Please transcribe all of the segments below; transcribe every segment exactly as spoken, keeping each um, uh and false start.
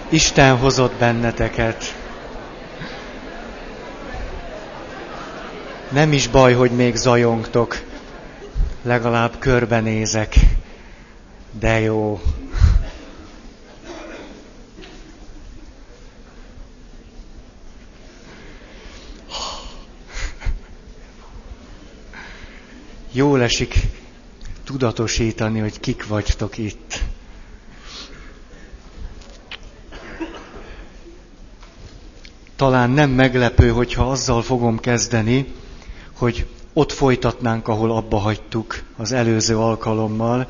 Isten hozott benneteket. Nem is baj, hogy még zajongtok. Legalább körbenézek. De jó. Jól esik tudatosítani, hogy kik vagytok itt. Talán nem meglepő, hogyha azzal fogom kezdeni, hogy ott folytatnánk, ahol abba hagytuk az előző alkalommal.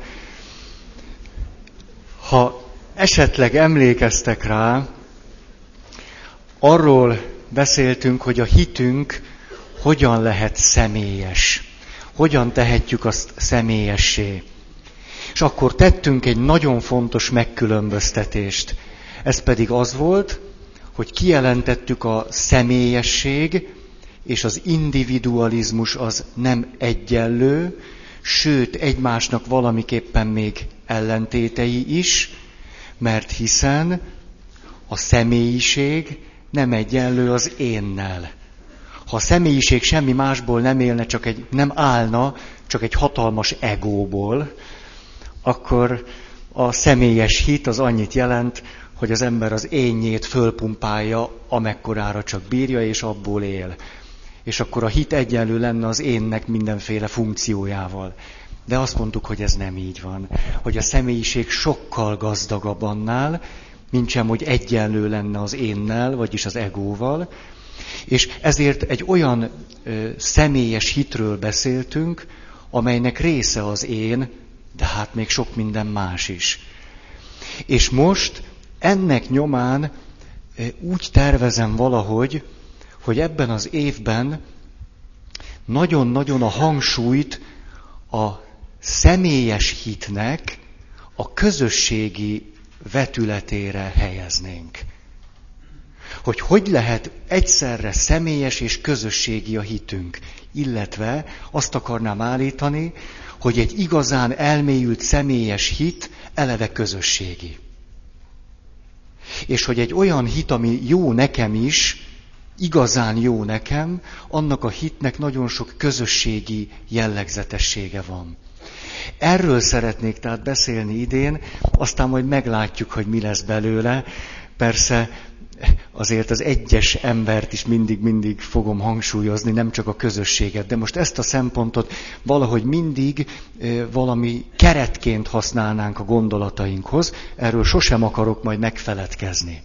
Ha esetleg emlékeztek rá, arról beszéltünk, hogy a hitünk hogyan lehet személyes. Hogyan tehetjük azt személyessé. És akkor tettünk egy nagyon fontos megkülönböztetést. Ez pedig az volt, hogy kijelentettük a személyesség és az individualizmus az nem egyenlő, sőt egymásnak valamiképpen még ellentétei is, mert hiszen a személyiség nem egyenlő az énnel. Ha a személyiség semmi másból nem élne, csak egy, nem állna, csak egy hatalmas egóból, akkor a személyes hit az annyit jelent, hogy az ember az énjét fölpumpálja, amekkorára csak bírja, és abból él. És akkor a hit egyenlő lenne az énnek mindenféle funkciójával. De azt mondtuk, hogy ez nem így van. Hogy a személyiség sokkal gazdagabb annál, mintsem, hogy egyenlő lenne az énnel, vagyis az egóval. És ezért egy olyan ö, személyes hitről beszéltünk, amelynek része az én, de hát még sok minden más is. És most ennek nyomán ö, úgy tervezem valahogy, hogy ebben az évben nagyon-nagyon a hangsúlyt a személyes hitnek a közösségi vetületére helyeznénk. Hogy hogy lehet egyszerre személyes és közösségi a hitünk. Illetve azt akarnám állítani, hogy egy igazán elmélyült személyes hit eleve közösségi. És hogy egy olyan hit, ami jó nekem is, igazán jó nekem, annak a hitnek nagyon sok közösségi jellegzetessége van. Erről szeretnék tehát beszélni idén, aztán majd meglátjuk, hogy mi lesz belőle. Persze azért az egyes embert is mindig-mindig fogom hangsúlyozni, nem csak a közösséget. De most ezt a szempontot valahogy mindig valami keretként használnánk a gondolatainkhoz. Erről sosem akarok majd megfeledkezni.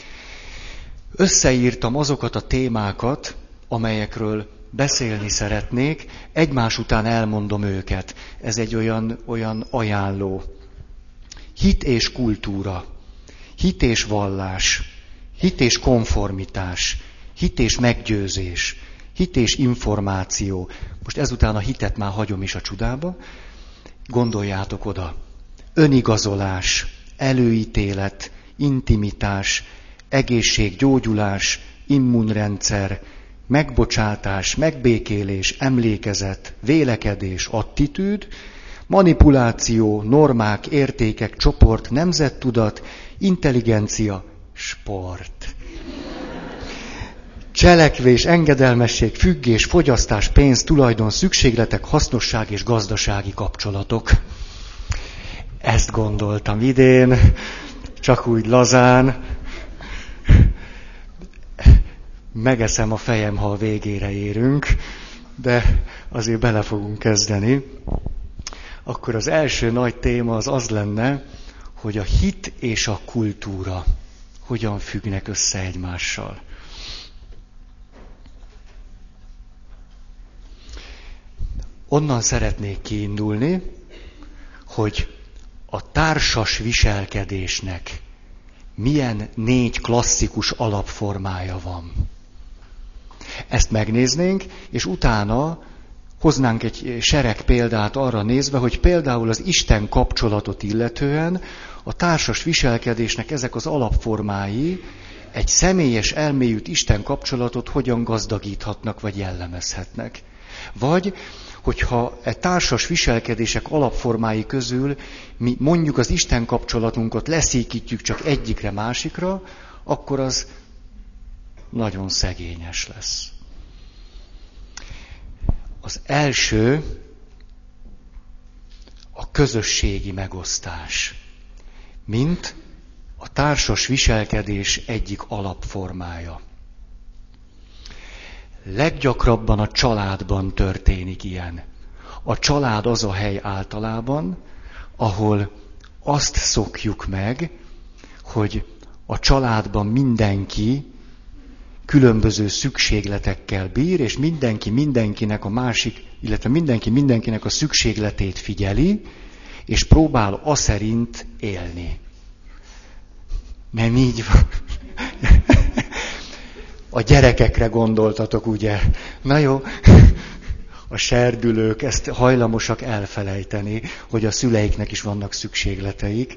Összeírtam azokat a témákat, amelyekről beszélni szeretnék, egymás után elmondom őket. Ez egy olyan, olyan ajánló. Hit és kultúra, hit és vallás, hit és konformitás, hit és meggyőzés, hit és információ. Most ezután a hitet már hagyom is a csudába. Gondoljátok oda. Önigazolás, előítélet, intimitás, egészség, gyógyulás, immunrendszer, megbocsátás, megbékélés, emlékezet, vélekedés, attitűd, manipuláció, normák, értékek, csoport, nemzettudat, intelligencia, sport. Cselekvés, engedelmesség, függés, fogyasztás, pénz, tulajdon, szükségletek, hasznosság és gazdasági kapcsolatok. Ezt gondoltam idén, csak úgy lazán. Megeszem a fejem, ha a végére érünk, de azért bele fogunk kezdeni. Akkor az első nagy téma az az lenne, hogy a hit és a kultúra hogyan függnek össze egymással. Onnan szeretnék kiindulni, hogy a társas viselkedésnek milyen négy klasszikus alapformája van. Ezt megnéznénk, és utána hoznánk egy sereg példát arra nézve, hogy például az Isten kapcsolatot illetően a társas viselkedésnek ezek az alapformái egy személyes, elmélyült Isten kapcsolatot hogyan gazdagíthatnak vagy jellemezhetnek. Vagy, hogyha e társas viselkedések alapformái közül mi mondjuk az Isten kapcsolatunkat leszékítjük csak egyikre, másikra, akkor az nagyon szegényes lesz. Az első a közösségi megosztás, mint a társas viselkedés egyik alapformája. Leggyakrabban a családban történik ilyen. A család az a hely általában, ahol azt szokjuk meg, hogy a családban mindenki különböző szükségletekkel bír, és mindenki mindenkinek a másik, illetve mindenki mindenkinek a szükségletét figyeli, és próbál aszerint élni. Nem így van. A gyerekekre gondoltatok, ugye? Na jó, a serdülők ezt hajlamosak elfelejteni, hogy a szüleiknek is vannak szükségleteik.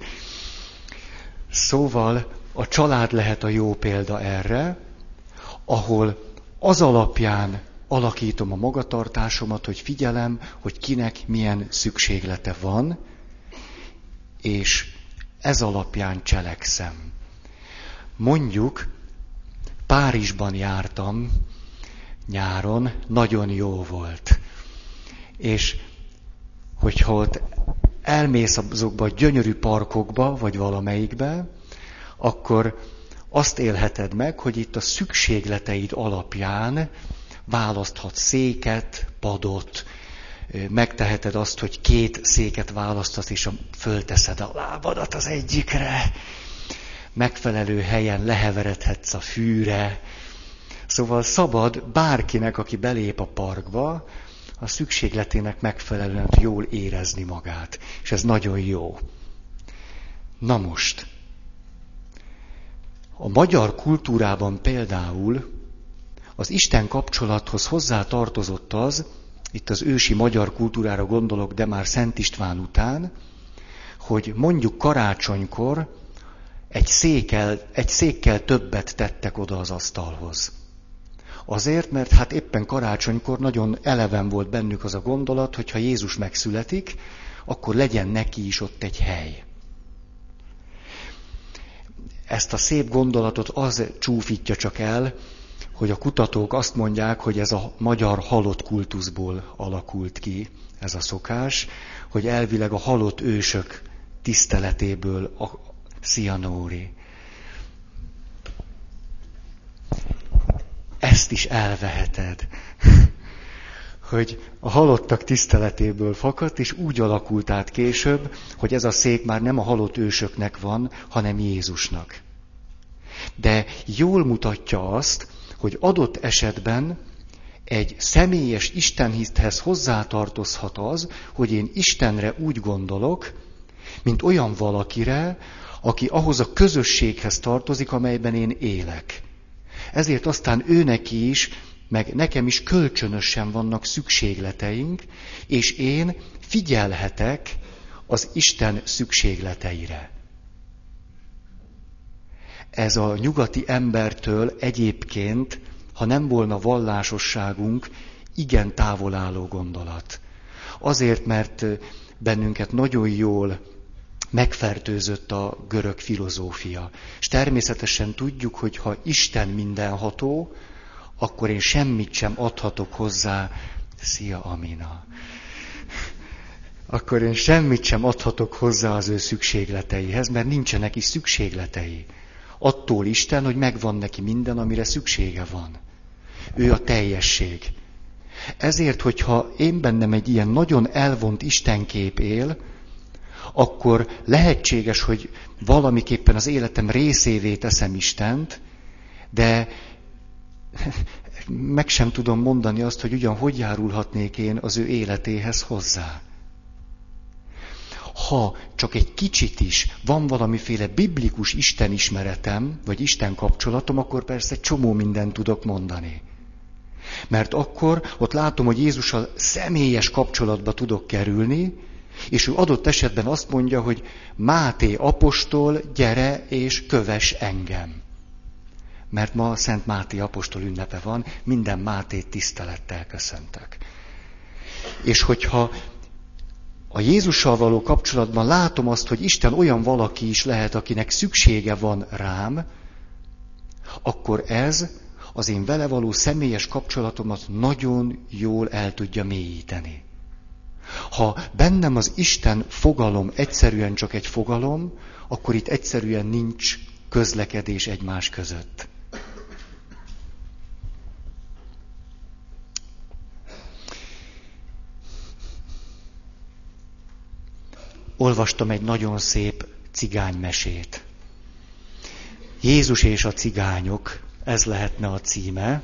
Szóval a család lehet a jó példa erre, ahol az alapján alakítom a magatartásomat, hogy figyelem, hogy kinek milyen szükséglete van, és ez alapján cselekszem. Mondjuk, Párizsban jártam nyáron, nagyon jó volt. És hogyha ott elmész azokba a gyönyörű parkokba, vagy valamelyikbe, akkor azt élheted meg, hogy itt a szükségleteid alapján választhatsz széket, padot, megteheted azt, hogy két széket választasz, és fölteszed a lábadat az egyikre, megfelelő helyen leheveredhetsz a fűre. Szóval szabad bárkinek, aki belép a parkba, a szükségletének megfelelően jól érezni magát. És ez nagyon jó. Na most, a magyar kultúrában például az Isten kapcsolathoz hozzá tartozott az, itt az ősi magyar kultúrára gondolok, de már Szent István után, hogy mondjuk karácsonykor egy székkel, egy székkel többet tettek oda az asztalhoz. Azért, mert hát éppen karácsonykor nagyon eleven volt bennük az a gondolat, hogy ha Jézus megszületik, akkor legyen neki is ott egy hely. Ezt a szép gondolatot az csúfítja csak el, hogy a kutatók azt mondják, hogy ez a magyar halott kultuszból alakult ki, ez a szokás, hogy elvileg a halott ősök tiszteletéből a Szia Nóri. Ezt is elveheted, hogy a halottak tiszteletéből fakadt, és úgy alakult át később, hogy ez a szék már nem a halott ősöknek van, hanem Jézusnak. De jól mutatja azt, hogy adott esetben egy személyes istenhithez hozzátartozhat az, hogy én Istenre úgy gondolok, mint olyan valakire, aki ahhoz a közösséghez tartozik, amelyben én élek. Ezért aztán ő neki is, meg nekem is kölcsönösen vannak szükségleteink, és én figyelhetek az Isten szükségleteire. Ez a nyugati embertől egyébként, ha nem volna vallásosságunk, igen távol álló gondolat. Azért, mert bennünket nagyon jól megfertőzött a görög filozófia. És természetesen tudjuk, hogy ha Isten mindenható, akkor én semmit sem adhatok hozzá. Szia, Amina! Akkor én semmit sem adhatok hozzá az ő szükségleteihez, mert nincsenek is szükségletei. Attól Isten, hogy megvan neki minden, amire szüksége van. Ő a teljesség. Ezért, hogyha én bennem egy ilyen nagyon elvont istenkép él, akkor lehetséges, hogy valamiképpen az életem részévé teszem Istent, de meg sem tudom mondani azt, hogy ugyan hogy járulhatnék én az ő életéhez hozzá. Ha csak egy kicsit is van valamiféle biblikus istenismeretem, vagy Isten kapcsolatom, akkor persze egy csomó mindent tudok mondani. Mert akkor ott látom, hogy Jézussal személyes kapcsolatba tudok kerülni, és ő adott esetben azt mondja, hogy Máté apostol, gyere és kövess engem. Mert ma Szent Máté apostol ünnepe van, minden Mátét tisztelettel köszöntök. És hogyha a Jézussal való kapcsolatban látom azt, hogy Isten olyan valaki is lehet, akinek szüksége van rám, akkor ez az én vele való személyes kapcsolatomat nagyon jól el tudja mélyíteni. Ha bennem az Isten fogalom egyszerűen csak egy fogalom, akkor itt egyszerűen nincs közlekedés egymás között. Olvastam egy nagyon szép cigánymesét. Jézus és a cigányok, ez lehetne a címe.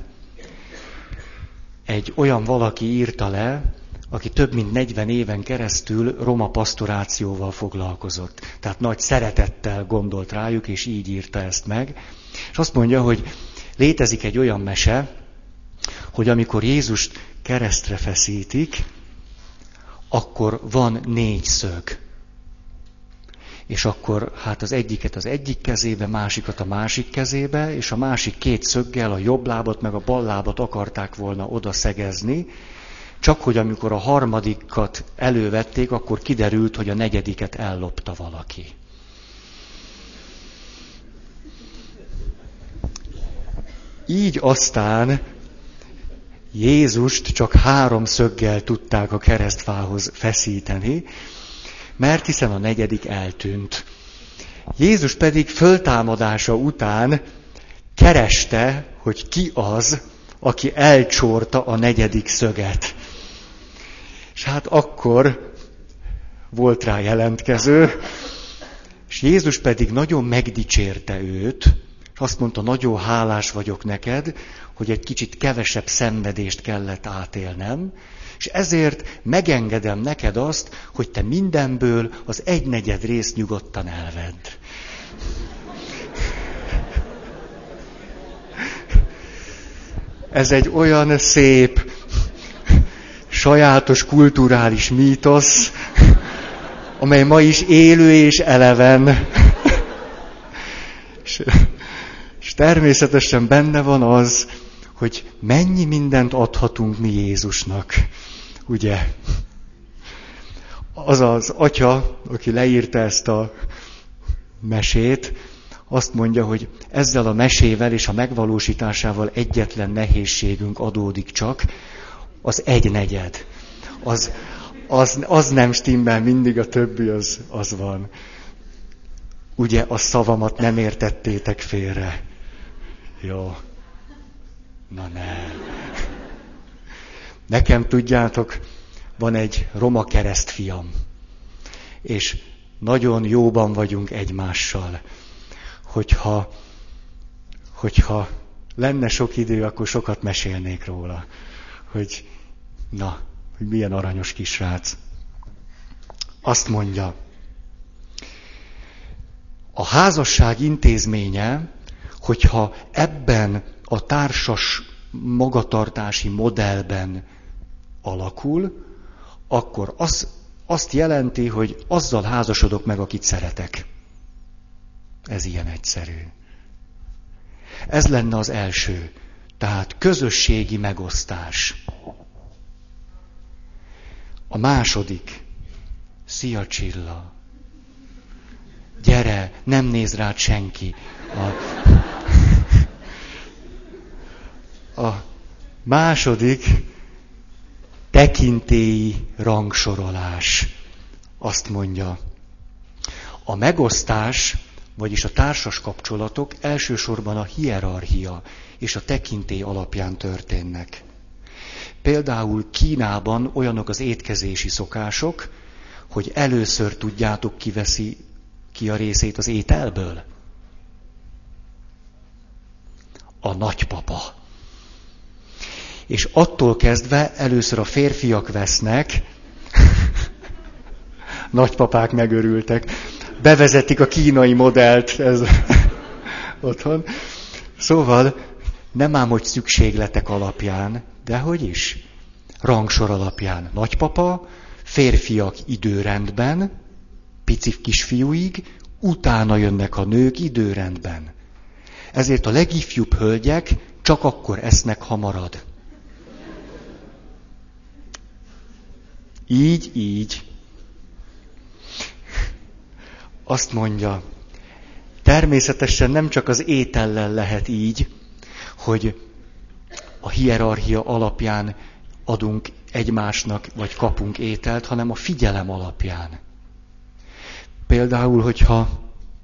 Egy olyan valaki írta le, aki több mint negyven éven keresztül roma pasztorációval foglalkozott. Tehát nagy szeretettel gondolt rájuk, és így írta ezt meg. És azt mondja, hogy létezik egy olyan mese, hogy amikor Jézust keresztre feszítik, akkor van négy szög. És akkor hát az egyiket az egyik kezébe, másikat a másik kezébe, és a másik két szöggel a jobb lábat meg a bal lábat akarták volna oda szegezni, csak hogy amikor a harmadikat elővették, akkor kiderült, hogy a negyediket ellopta valaki. Így aztán Jézust csak három szöggel tudták a keresztfához feszíteni, mert hiszen a negyedik eltűnt. Jézus pedig föltámadása után kereste, hogy ki az, aki elcsorta a negyedik szöget. És hát akkor volt rá jelentkező, és Jézus pedig nagyon megdicsérte őt, és azt mondta, nagyon hálás vagyok neked, hogy egy kicsit kevesebb szenvedést kellett átélnem, és ezért megengedem neked azt, hogy te mindenből az egynegyed részt nyugodtan elvedd. Ez egy olyan szép, sajátos kulturális mítosz, amely ma is élő és eleven. És, és természetesen benne van az, hogy mennyi mindent adhatunk mi Jézusnak. Ugye? Az az atya, aki leírta ezt a mesét, azt mondja, hogy ezzel a mesével és a megvalósításával egyetlen nehézségünk adódik csak, az egynegyed. Az, az, az nem stimmel, mindig a többi az, az van. Ugye a szavamat nem értettétek félre. Jó. Na ne. Nekem, tudjátok, van egy roma keresztfiam, és nagyon jóban vagyunk egymással. Hogyha, hogyha lenne sok idő, akkor sokat mesélnék róla. Hogy, na, hogy milyen aranyos kisrác. Azt mondja, a házasság intézménye, hogyha ebben a társas magatartási modellben alakul, akkor az, azt jelenti, hogy azzal házasodok meg, akit szeretek. Ez ilyen egyszerű. Ez lenne az első. Tehát közösségi megosztás. A második. Szia Csilla. Gyere, nem néz rád senki. A, a második tekintélyi rangsorolás. Azt mondja, a megosztás, vagyis a társas kapcsolatok elsősorban a hierarchia és a tekintély alapján történnek. Például Kínában olyanok az étkezési szokások, hogy először tudjátok, ki veszi ki a részét az ételből? A nagypapa. És attól kezdve először a férfiak vesznek, nagypapák megörültek, bevezetik a kínai modellt ez otthon. Szóval nem ám, hogy szükségletek alapján, de hogy is? Rangsor alapján. Nagypapa, férfiak időrendben, pici kisfiúig, utána jönnek a nők időrendben. Ezért a legifjúbb hölgyek csak akkor esznek, ha marad. Így, így. Azt mondja, természetesen nem csak az étellel lehet így, hogy a hierarchia alapján adunk egymásnak, vagy kapunk ételt, hanem a figyelem alapján. Például, hogyha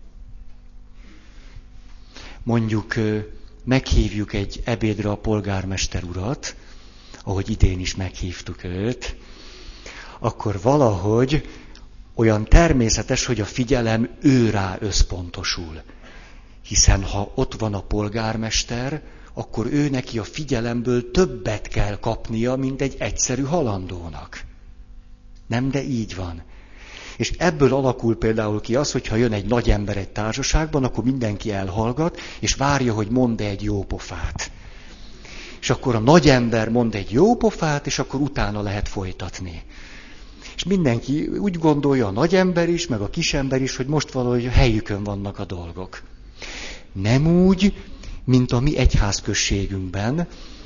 mondjuk meghívjuk egy ebédre a polgármester urat, ahogy idén is meghívtuk őt, akkor valahogy olyan természetes, hogy a figyelem ő rá összpontosul. Hiszen ha ott van a polgármester, akkor ő neki a figyelemből többet kell kapnia, mint egy egyszerű halandónak. Nem, de így van. És ebből alakul például ki az, hogyha jön egy nagy ember egy társaságban, akkor mindenki elhallgat, és várja, hogy mond egy jó pofát. És akkor a nagy ember mond egy jó pofát, és akkor utána lehet folytatni. És mindenki úgy gondolja, a nagy ember is, meg a kis ember is, hogy most valahogy a helyükön vannak a dolgok. Nem úgy, mint a mi egyházközségünkben,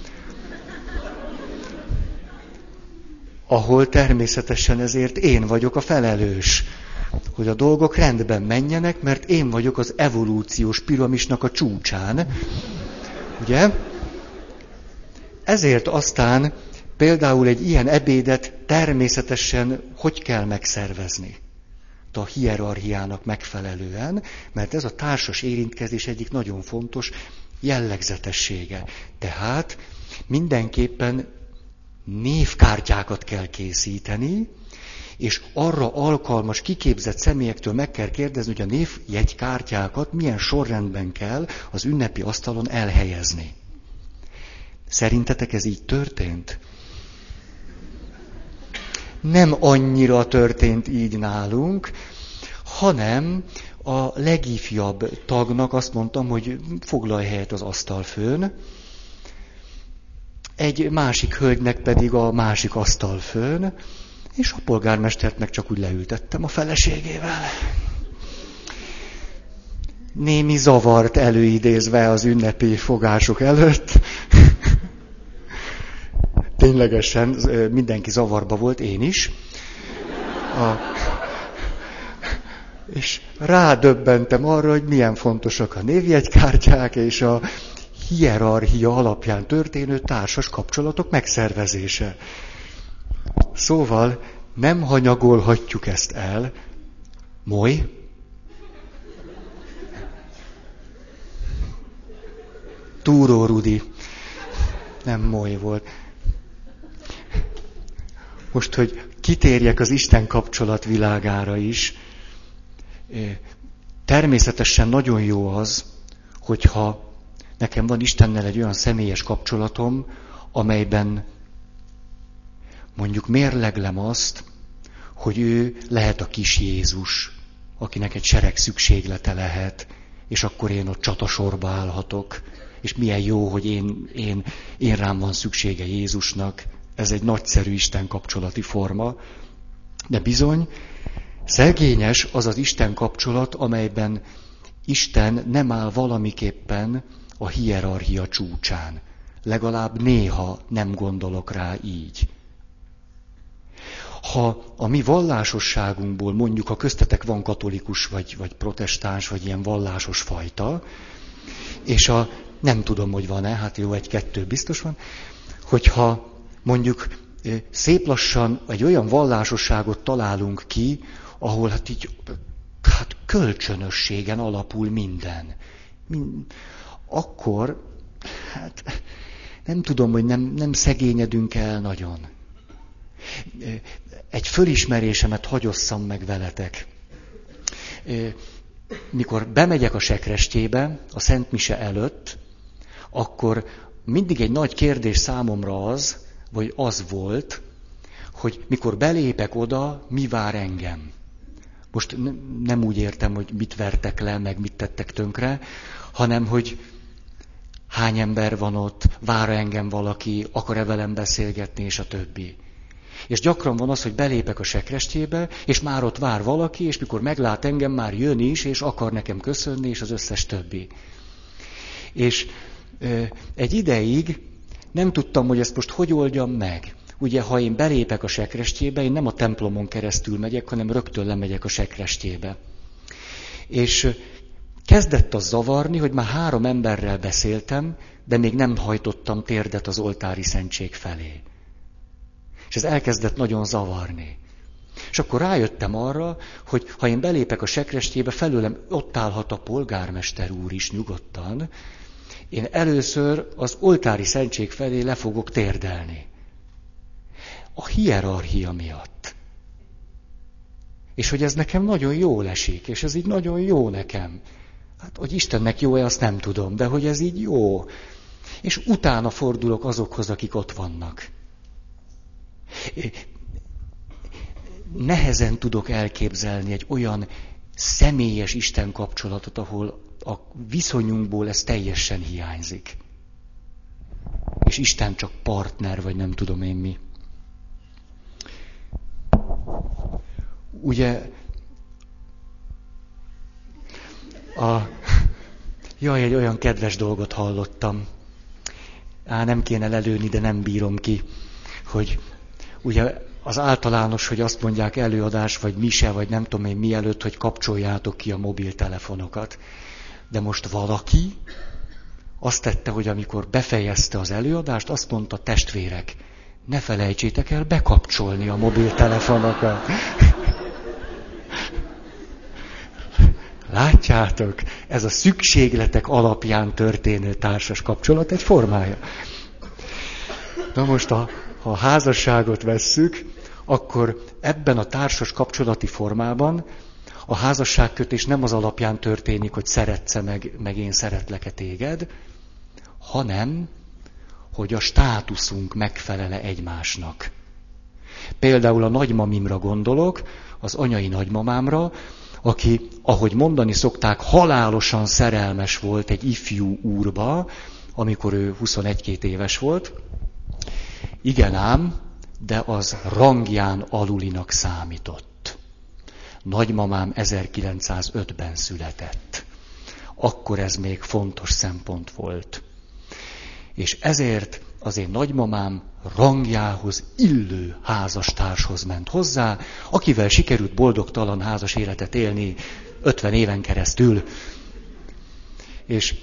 ahol természetesen ezért én vagyok a felelős, hogy a dolgok rendben menjenek, mert én vagyok az evolúciós piramisnak a csúcsán. Ugye? Ezért aztán például egy ilyen ebédet természetesen hogy kell megszervezni? A hierarchiának megfelelően, mert ez a társas érintkezés egyik nagyon fontos jellegzetessége. Tehát mindenképpen névkártyákat kell készíteni, és arra alkalmas, kiképzett személyektől meg kell kérdezni, hogy a névjegykártyákat milyen sorrendben kell az ünnepi asztalon elhelyezni. Szerintetek ez így történt? Nem annyira történt így nálunk, hanem a legifjabb tagnak azt mondtam, hogy foglalj helyet az asztalfőn, egy másik hölgynek pedig a másik asztalfőn, és a polgármestert meg csak úgy leültettem a feleségével. Némi zavart előidézve az ünnepi fogások előtt. Ténylegesen mindenki zavarba volt, én is. A... És rádöbbentem arra, hogy milyen fontosak a névjegykártyák és a hierarchia alapján történő társas kapcsolatok megszervezése. Szóval nem hanyagolhatjuk ezt el. Moly? Túró Rudi. Nem Moly volt. Most, hogy kitérjek az Isten kapcsolat világára is, természetesen nagyon jó az, hogyha nekem van Istennel egy olyan személyes kapcsolatom, amelyben mondjuk mérleglem azt, hogy ő lehet a kis Jézus, akinek egy sereg szükséglete lehet, és akkor én ott csatasorba állhatok, és milyen jó, hogy én, én, én rám van szüksége Jézusnak. Ez egy nagyszerű Isten kapcsolati forma, de bizony szegényes az az Isten kapcsolat, amelyben Isten nem áll valamiképpen a hierarchia csúcsán. Legalább néha nem gondolok rá így. Ha a mi vallásosságunkból mondjuk, ha köztetek van katolikus, vagy, vagy protestáns, vagy ilyen vallásos fajta, és a, nem tudom, hogy van-e, hát jó, egy-kettő biztos van, hogyha mondjuk szép lassan egy olyan vallásosságot találunk ki, ahol hát így hát kölcsönösségen alapul minden. Akkor, hát nem tudom, hogy nem, nem szegényedünk el nagyon. Egy fölismerésemet hagyosszam meg veletek. Mikor bemegyek a sekrestyébe, a Szent Mise előtt, akkor mindig egy nagy kérdés számomra az, vagy az volt, hogy mikor belépek oda, mi vár engem. Most nem úgy értem, hogy mit vertek le, meg mit tettek tönkre, hanem, hogy hány ember van ott, vár engem valaki, akar-e velem beszélgetni, és a többi. És gyakran van az, hogy belépek a sekrestyébe, és már ott vár valaki, és mikor meglát engem, már jön is, és akar nekem köszönni, és az összes többi. És ö, egy ideig nem tudtam, hogy ezt most hogy oldjam meg. Ugye, ha én belépek a sekrestjébe, én nem a templomon keresztül megyek, hanem rögtön lemegyek a sekrestjébe. És kezdett az zavarni, hogy már három emberrel beszéltem, de még nem hajtottam térdet az oltári szentség felé. És ez elkezdett nagyon zavarni. És akkor rájöttem arra, hogy ha én belépek a sekrestjébe, felőlem ott állhat a polgármester úr is nyugodtan, én először az oltári szentség felé le fogok térdelni. A hierarchia miatt. És hogy ez nekem nagyon jól esik, és ez így nagyon jó nekem. Hát, hogy Istennek jó-e, azt nem tudom, de hogy ez így jó. És utána fordulok azokhoz, akik ott vannak. Nehezen tudok elképzelni egy olyan személyes Isten kapcsolatot, ahol a viszonyunkból ez teljesen hiányzik. És Isten csak partner, vagy nem tudom én mi. Ugye, a... Jaj, egy olyan kedves dolgot hallottam. Á, nem kéne lelőni, de nem bírom ki, hogy ugye az általános, hogy azt mondják előadás, vagy mise, vagy nem tudom én mielőtt, hogy kapcsoljátok ki a mobiltelefonokat. De most valaki azt tette, hogy amikor befejezte az előadást, azt mondta, testvérek, ne felejtsétek el bekapcsolni a mobiltelefonokat. Látjátok, ez a szükségletek alapján történő társas kapcsolat egy formája. Na most, ha a házasságot vesszük, akkor ebben a társas kapcsolati formában a házasságkötés nem az alapján történik, hogy szeretsz meg, meg én szeretlek-e téged, hanem, hogy a státuszunk megfelele egymásnak. Például a nagymamimra gondolok, az anyai nagymamámra, aki, ahogy mondani szokták, halálosan szerelmes volt egy ifjú úrba, amikor ő huszonegy-két éves volt. Igen ám, de az rangján alulinak számított. Nagymamám ezerkilencszázötben született. Akkor ez még fontos szempont volt. És ezért az én nagymamám rangjához illő házastárshoz ment hozzá, akivel sikerült boldogtalan házas életet élni ötven éven keresztül. És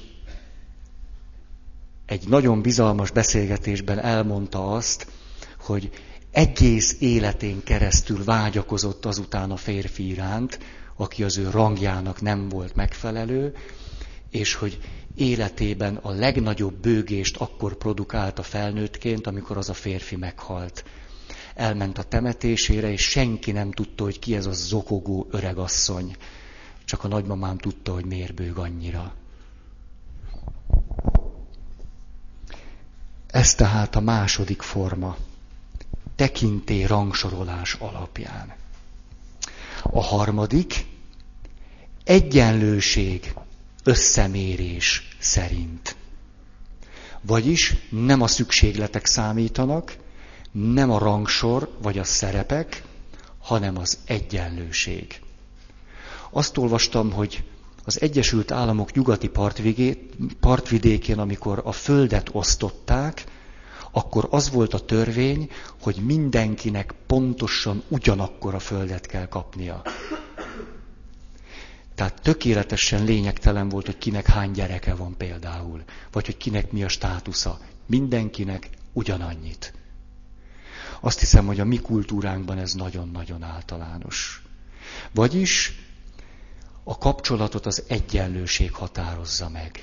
egy nagyon bizalmas beszélgetésben elmondta azt, hogy egész életén keresztül vágyakozott azután a férfi iránt, aki az ő rangjának nem volt megfelelő, és hogy életében a legnagyobb bőgést akkor produkálta felnőttként, amikor az a férfi meghalt. Elment a temetésére, és senki nem tudta, hogy ki ez a zokogó öregasszony. Csak a nagymamám tudta, hogy miért bőg annyira. Ez tehát a második forma. Tekintély rangsorolás alapján. A harmadik, egyenlőség összemérés szerint. Vagyis nem a szükségletek számítanak, nem a rangsor vagy a szerepek, hanem az egyenlőség. Azt olvastam, hogy az Egyesült Államok nyugati partvidékén, amikor a földet osztották, akkor az volt a törvény, hogy mindenkinek pontosan ugyanakkor a földet kell kapnia. Tehát tökéletesen lényegtelen volt, hogy kinek hány gyereke van például, vagy hogy kinek mi a státusza. Mindenkinek ugyanannyit. Azt hiszem, hogy a mi kultúránkban ez nagyon-nagyon általános. Vagyis a kapcsolatot az egyenlőség határozza meg.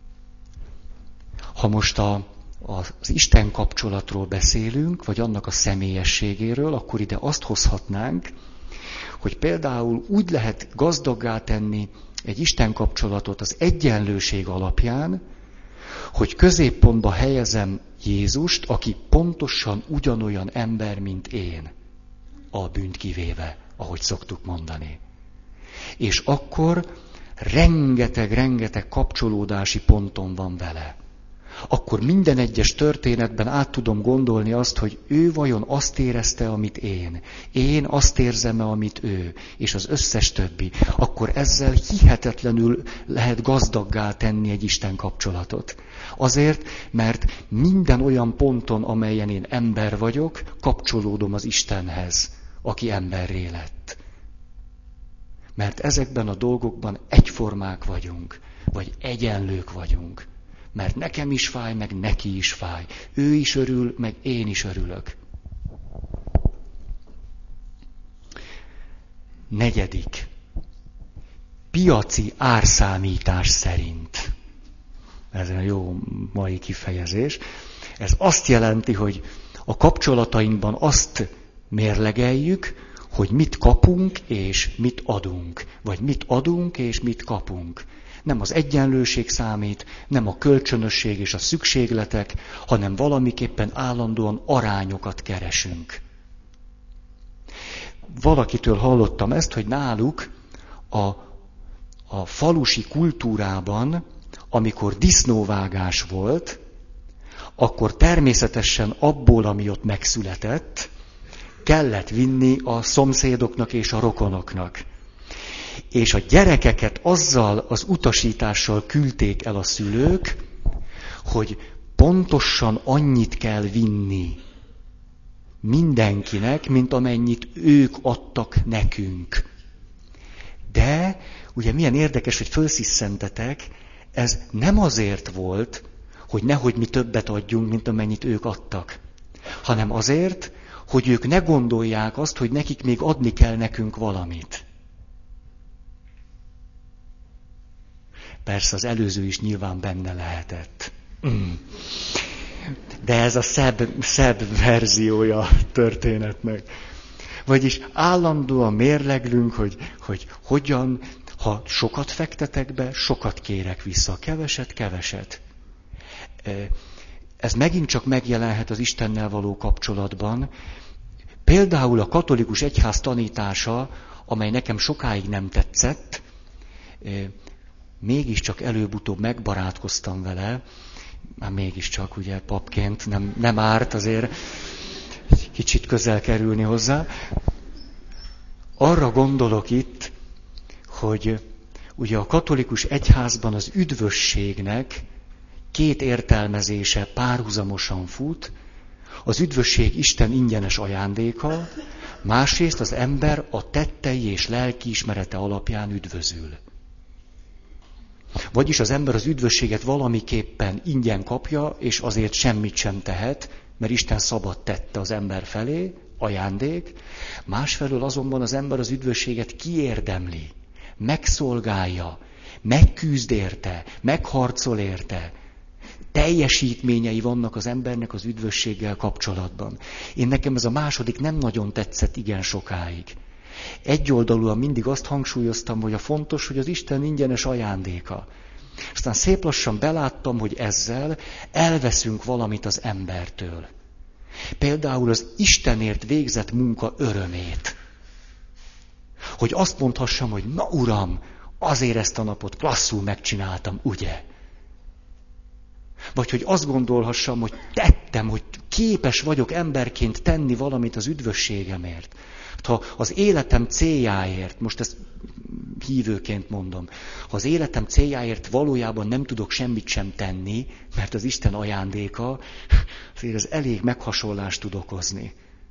Ha most a, az Isten kapcsolatról beszélünk, vagy annak a személyességéről, akkor ide azt hozhatnánk, hogy például úgy lehet gazdaggá tenni egy Isten kapcsolatot az egyenlőség alapján, hogy középpontba helyezem Jézust, aki pontosan ugyanolyan ember, mint én, a bűnt kivéve, ahogy szoktuk mondani. És akkor rengeteg-rengeteg kapcsolódási ponton van vele. akkor minden egyes történetben át tudom gondolni azt, hogy ő vajon azt érezte, amit én. Én azt érzem-e, amit ő, és az összes többi. Akkor ezzel hihetetlenül lehet gazdaggá tenni egy Isten kapcsolatot. Azért, mert minden olyan ponton, amelyen én ember vagyok, kapcsolódom az Istenhez, aki emberré lett. Mert ezekben a dolgokban egyformák vagyunk, vagy egyenlők vagyunk. Mert nekem is fáj, meg neki is fáj. Ő is örül, meg én is örülök. Negyedik. Piaci árszámítás szerint. Ez egy jó mai kifejezés. Ez azt jelenti, hogy a kapcsolatainkban azt mérlegeljük, hogy mit kapunk és mit adunk. Vagy mit adunk és mit kapunk. Nem az egyenlőség számít, nem a kölcsönösség és a szükségletek, hanem valamiképpen állandóan arányokat keresünk. Valakitől hallottam ezt, hogy náluk a, a falusi kultúrában, amikor disznóvágás volt, akkor természetesen abból, ami ott megszületett, kellett vinni a szomszédoknak és a rokonoknak. És a gyerekeket azzal az utasítással küldték el a szülők, hogy pontosan annyit kell vinni mindenkinek, mint amennyit ők adtak nekünk. De, ugye milyen érdekes, hogy fölszisszentetek, ez nem azért volt, hogy nehogy mi többet adjunk, mint amennyit ők adtak, hanem azért, hogy ők ne gondolják azt, hogy nekik még adni kell nekünk valamit. Persze az előző is nyilván benne lehetett. De ez a szebb, szebb verziója a történetnek. Vagyis állandóan mérleglünk, hogy, hogy hogyan, ha sokat fektetek be, sokat kérek vissza, keveset, keveset. Ez megint csak megjelenhet az Istennel való kapcsolatban. Például a katolikus egyház tanítása, amely nekem sokáig nem tetszett, mégiscsak előbb-utóbb megbarátkoztam vele, már mégiscsak ugye papként nem, nem árt azért kicsit közel kerülni hozzá. Arra gondolok itt, hogy ugye a katolikus egyházban az üdvösségnek két értelmezése párhuzamosan fut. Az üdvösség Isten ingyenes ajándéka, másrészt az ember a tettei és lelkiismerete alapján üdvözül. Vagyis az ember az üdvösséget valamiképpen ingyen kapja, és azért semmit sem tehet, mert Isten szabad tette az ember felé, ajándék. Másfelől azonban az ember az üdvösséget kiérdemli, megszolgálja, megküzd érte, megharcol érte. Teljesítményei vannak az embernek az üdvösséggel kapcsolatban. Én nekem ez a második nem nagyon tetszett igen sokáig. Egyoldalúan mindig azt hangsúlyoztam, hogy a fontos, hogy az Isten ingyenes ajándéka. Aztán szép lassan beláttam, hogy ezzel elveszünk valamit az embertől. Például az Istenért végzett munka örömét. Hogy azt mondhassam, hogy na Uram, azért ezt a napot klasszul megcsináltam, ugye? Vagy hogy azt gondolhassam, hogy tettem, hogy képes vagyok emberként tenni valamit az üdvösségemért. Ha az életem céljáért, most ezt hívőként mondom, ha az életem céljáért valójában nem tudok semmit sem tenni, mert az Isten ajándéka, azért ez elég meghasonlást tud okozni.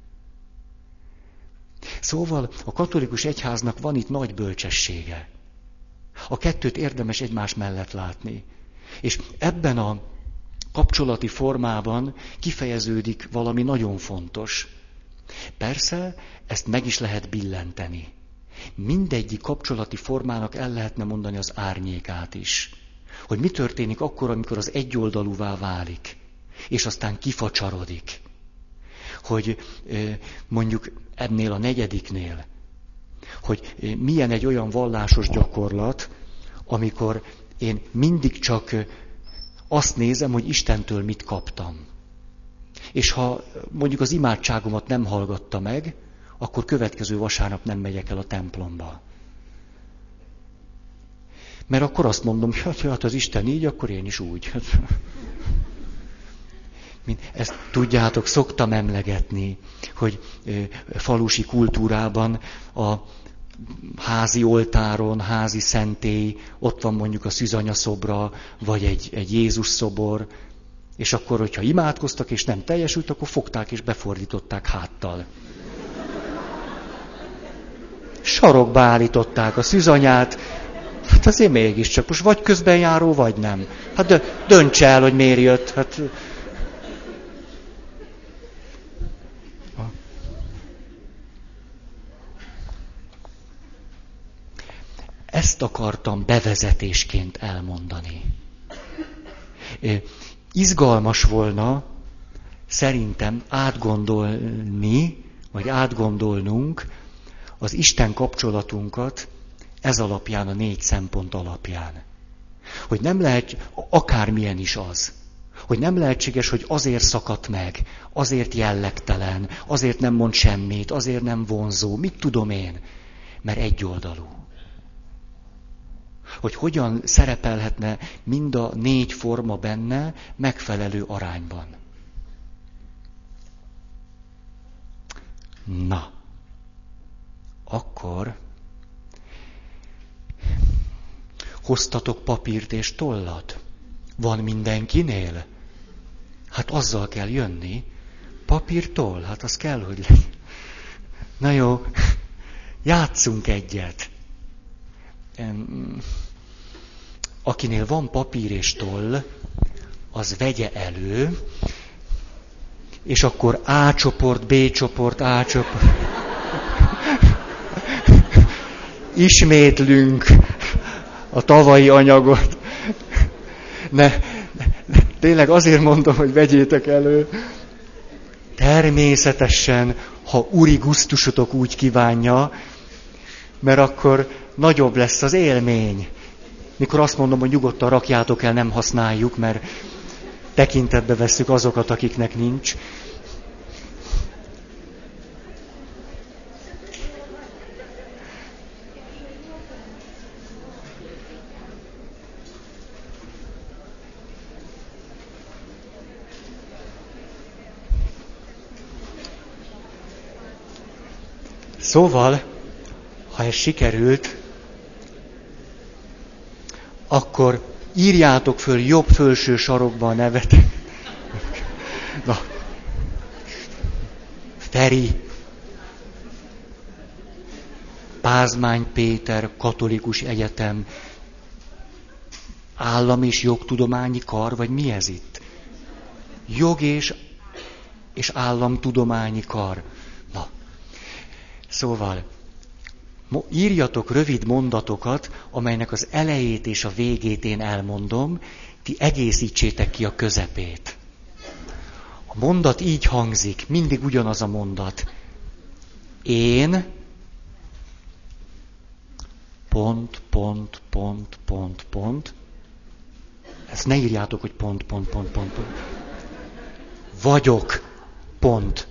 Szóval a katolikus egyháznak van itt nagy bölcsessége. A kettőt érdemes egymás mellett látni. És ebben a kapcsolati formában kifejeződik valami nagyon fontos. Persze, ezt meg is lehet billenteni. Mindegyik kapcsolati formának el lehetne mondani az árnyékát is. Hogy mi történik akkor, amikor az egyoldalúvá válik, és aztán kifacsarodik. Hogy mondjuk ennél a negyediknél, hogy milyen egy olyan vallásos gyakorlat, amikor én mindig csak azt nézem, hogy Istentől mit kaptam. És ha mondjuk az imádságomat nem hallgatta meg, akkor következő vasárnap nem megyek el a templomba. Mert akkor azt mondom, hogy hát az Isten így, akkor én is úgy. Ezt tudjátok, szoktam emlegetni, hogy falusi kultúrában a házi oltáron, házi szentély, ott van mondjuk a szűzanya szobra, vagy egy, egy Jézus szobor, és akkor, hogyha imádkoztak és nem teljesült, akkor fogták és befordították háttal. Sarokba állították a szűzanyát, hát azért mégiscsak, most vagy közben járó, vagy nem. Hát dönts el, hogy miért jött. Hát... Ezt akartam bevezetésként elmondani. Izgalmas volna szerintem átgondolni, vagy átgondolnunk az Isten kapcsolatunkat ez alapján, a négy szempont alapján. Hogy nem lehet, akármilyen is az, hogy nem lehetséges, hogy azért szakadt meg, azért jellegtelen, azért nem mond semmit, azért nem vonzó, mit tudom én, mert egyoldalú. Hogy hogyan szerepelhetne mind a négy forma benne megfelelő arányban. Na, akkor hoztatok papírt és tollat? Van mindenkinél? Hát azzal kell jönni. Papír, toll, hát az kell, hogy legyen. Na jó, játsszunk egyet. Akinél van papír és toll, az vegye elő, és akkor A csoport, B csoport, A csoport. Ismétlünk a tavalyi anyagot. Ne, ne, tényleg azért mondom, hogy vegyétek elő. Természetesen, ha uri gusztusotok úgy kívánja, mert akkor nagyobb lesz az élmény. Mikor azt mondom, hogy nyugodtan rakjátok el, nem használjuk, mert tekintetbe vesszük azokat, akiknek nincs. Szóval, ha ez sikerült, akkor írjátok föl jobb felső sarokba a nevet. Na. Feri. Pázmány Péter, Katolikus Egyetem. Állam és jogtudományi kar, vagy mi ez itt? Jog és, és államtudományi kar. Na. Szóval, írjatok rövid mondatokat, amelynek az elejét és a végét én elmondom, ti egészítsétek ki a közepét. A mondat így hangzik, mindig ugyanaz a mondat. Én, pont, pont, pont, pont, pont. Ezt ne írjátok, hogy pont, pont, pont, pont, pont. Vagyok, pont.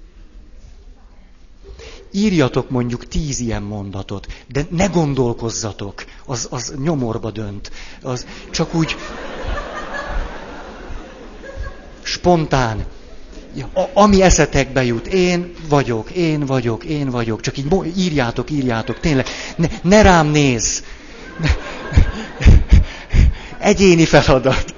Írjatok mondjuk tíz ilyen mondatot, de ne gondolkozzatok, az, az nyomorba dönt. Az csak úgy spontán, ja, a, ami eszetekbe jut, én vagyok, én vagyok, én vagyok, csak így írjátok, írjátok, tényleg, ne, ne rám nézz. Ne, egyéni feladat.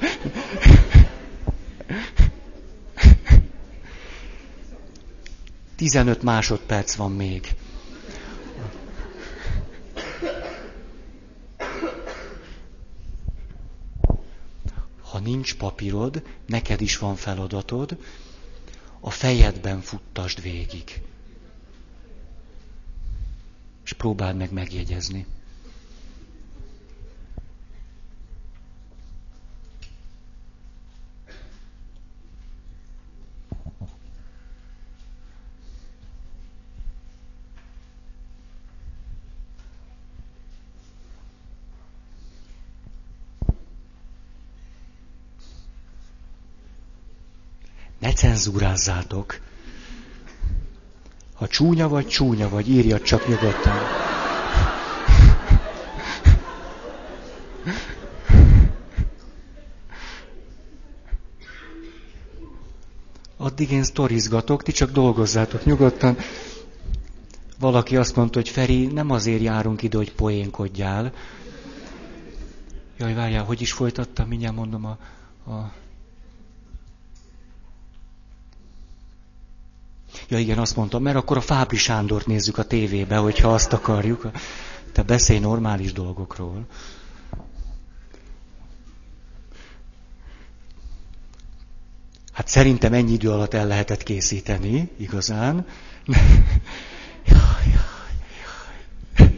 tizenöt másodperc van még. Ha nincs papírod, neked is van feladatod, a fejedben futtasd végig. És próbáld meg megjegyezni. Ne cenzúrázzátok. Ha csúnya vagy, csúnya vagy, írjad csak nyugodtan. Addig én sztorizgatok, ti csak dolgozzátok nyugodtan. Valaki azt mondta, hogy Feri, nem azért járunk ide, hogy poénkodjál. Jaj, várjál, hogy is folytattam, mindjárt mondom a... a... Ja igen, azt mondtam, mert akkor a Fábri Sándort nézzük a tévébe, hogyha azt akarjuk. Te beszélj normális dolgokról. Hát szerintem ennyi idő alatt el lehetett készíteni, igazán. Jaj, jaj, jaj.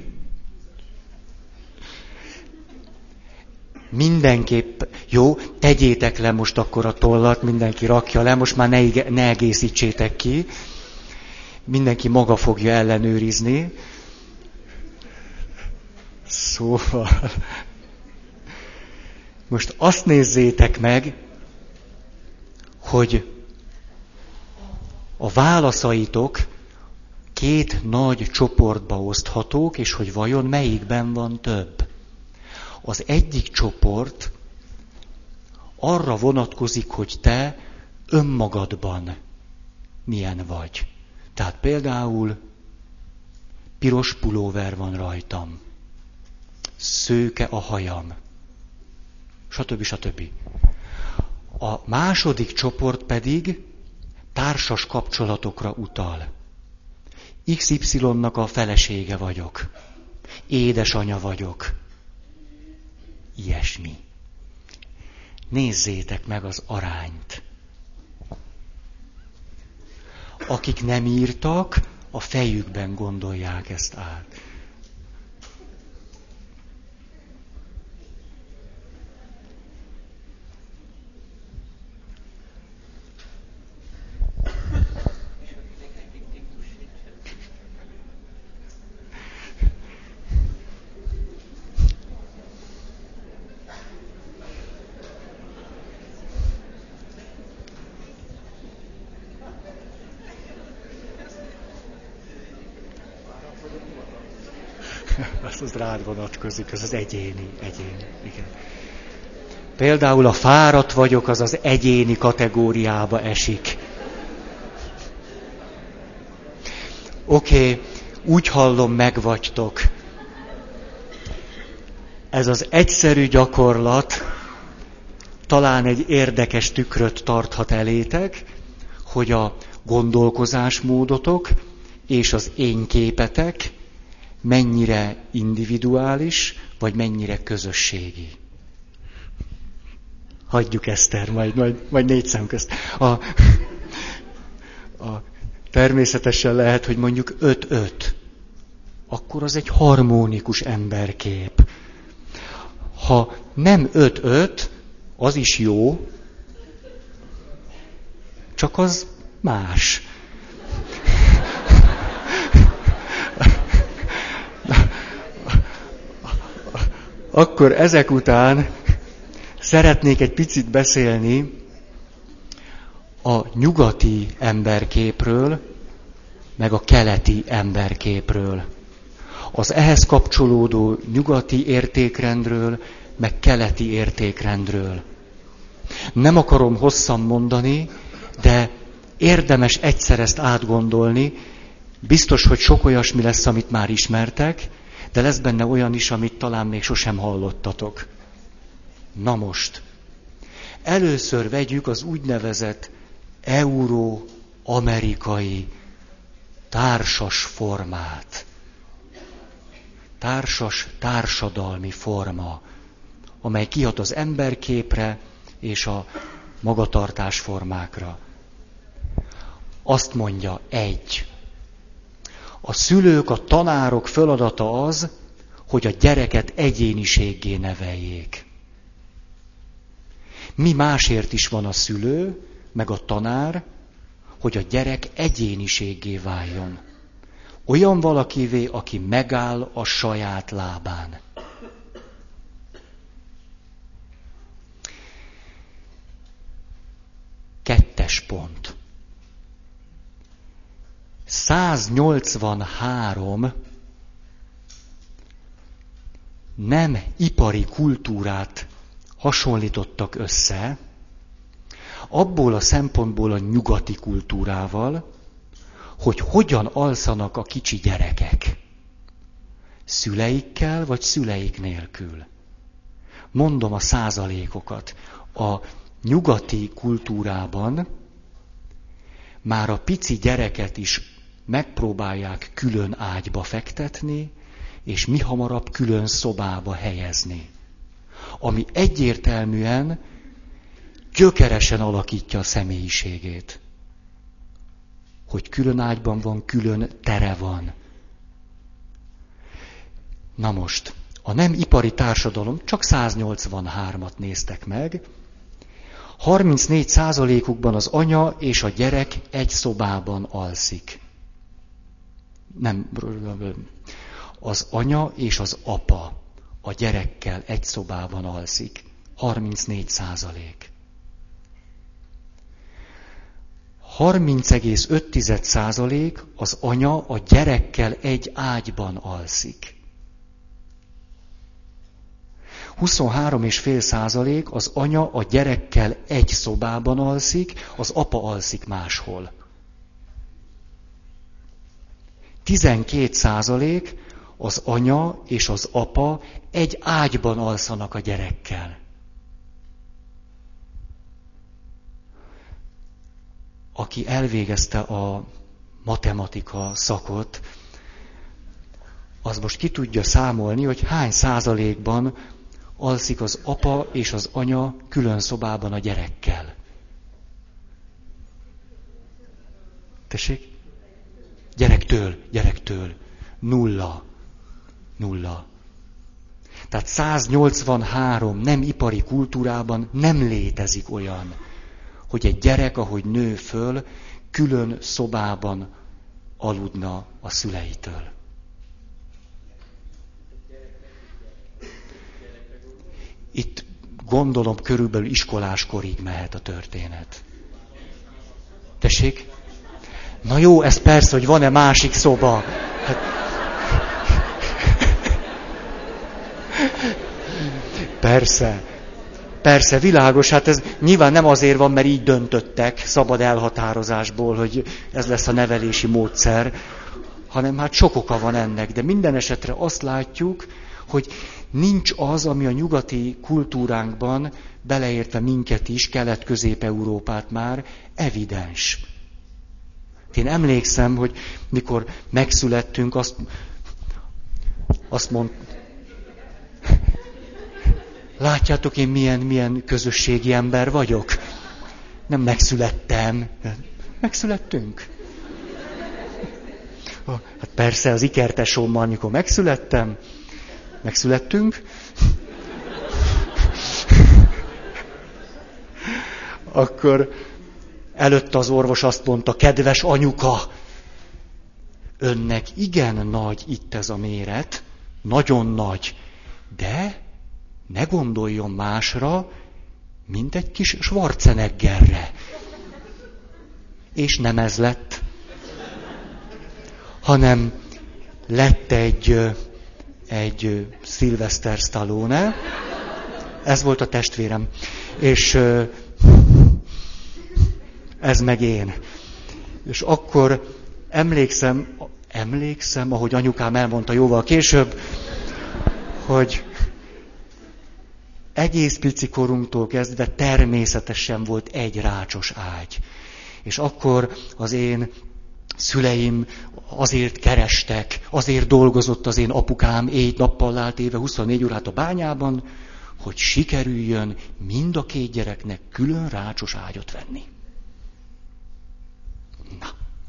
Mindenképp, jó, tegyétek le most akkor a tollat, mindenki rakja le, most már ne, ne egészítsétek ki. Mindenki maga fogja ellenőrizni. Szóval, most azt nézzétek meg, hogy a válaszaitok két nagy csoportba oszthatók, és hogy vajon melyikben van több. Az egyik csoport arra vonatkozik, hogy te önmagadban milyen vagy. Tehát például piros pulóver van rajtam, szőke a hajam, stb. stb. A második csoport pedig társas kapcsolatokra utal. iksz ipszilonnak a felesége vagyok, édesanya vagyok, ilyesmi. Nézzétek meg az arányt. Akik nem írtak, a fejükben gondolják ezt át. Az rád vonatkozik, az az egyéni, egyéni, igen. Például a fáradt vagyok, az az egyéni kategóriába esik. Oké, okay, úgy hallom, megvagytok. Ez az egyszerű gyakorlat talán egy érdekes tükröt tarthat elétek, hogy a gondolkozásmódotok és az én képetek mennyire individuális, vagy mennyire közösségi. Hagyjuk Eszter, majd, majd, majd négy szem közt. A, a, természetesen lehet, hogy mondjuk öt-öt. Akkor az egy harmonikus emberkép. Ha nem öt-öt, az is jó, csak az más. Akkor ezek után szeretnék egy picit beszélni a nyugati emberképről, meg a keleti emberképről. Az ehhez kapcsolódó nyugati értékrendről, meg keleti értékrendről. Nem akarom hosszan mondani, de érdemes egyszer ezt átgondolni. Biztos, hogy sok olyasmi lesz, amit már ismertek, de lesz benne olyan is, amit talán még sosem hallottatok. Na most, először vegyük az úgynevezett euró-amerikai társas formát. Társas társadalmi forma, amely kihat az emberképre és a magatartásformákra. Azt mondja, egy. A szülők, a tanárok feladata az, hogy a gyereket egyéniséggé neveljék. Mi másért is van a szülő, meg a tanár, hogy a gyerek egyéniséggé váljon. Olyan valakivé, aki megáll a saját lábán. Kettes pont. száznyolcvanhárom nem ipari kultúrát hasonlítottak össze, abból a szempontból a nyugati kultúrával, hogy hogyan alszanak a kicsi gyerekek. Szüleikkel vagy szüleik nélkül. Mondom a százalékokat. A nyugati kultúrában már a pici gyereket is megpróbálják külön ágyba fektetni, és mihamarabb külön szobába helyezni. Ami egyértelműen, gyökeresen alakítja a személyiségét. Hogy külön ágyban van, külön tere van. Na most, a nem ipari társadalom, csak száznyolcvanhármat néztek meg, harmincnégy százalékukban az anya és a gyerek egy szobában alszik. Nem, az anya és az apa a gyerekkel egy szobában alszik. harmincnégy százalék. harminc egész öt százalék az anya a gyerekkel egy ágyban alszik. huszonhárom egész öt százalék az anya a gyerekkel egy szobában alszik, az apa alszik máshol. tizenkét százalék az anya és az apa egy ágyban alszanak a gyerekkel. Aki elvégezte a matematika szakot, az most ki tudja számolni, hogy hány százalékban alszik az apa és az anya külön szobában a gyerekkel. Tessék? Gyerektől, gyerektől. Nulla. Nulla. Tehát száznyolcvanhárom nem ipari kultúrában nem létezik olyan, hogy egy gyerek, ahogy nő föl, külön szobában aludna a szüleitől. Itt gondolom körülbelül iskoláskorig mehet a történet. Tessék? Na jó, ez persze, hogy van-e másik szoba. Hát... Persze. Persze, világos, hát ez nyilván nem azért van, mert így döntöttek, szabad elhatározásból, hogy ez lesz a nevelési módszer, hanem hát sok oka van ennek. De minden esetre azt látjuk, hogy nincs az, ami a nyugati kultúránkban, beleértve minket is, Kelet-Közép-Európát már, evidens. Én emlékszem, hogy mikor megszülettünk, azt, azt mondtam, látjátok, én milyen, milyen közösségi ember vagyok? Nem megszülettem. Megszülettünk. Hát persze, az ikertesómmal, amikor megszülettem, megszülettünk, akkor előtt az orvos azt mondta, kedves anyuka, önnek igen nagy itt ez a méret, nagyon nagy, de ne gondoljon másra, mint egy kis Schwarzeneggerre. És nem ez lett, hanem lett egy, egy Sylvester Stallone, ez volt a testvérem, és ez meg én. És akkor emlékszem, emlékszem, ahogy anyukám elmondta jóval később, hogy egész pici korunktól kezdve természetesen volt egy rácsos ágy. És akkor az én szüleim azért kerestek, azért dolgozott az én apukám éjt-nappal átéve huszonnégy órát a bányában, hogy sikerüljön mind a két gyereknek külön rácsos ágyat venni. Na,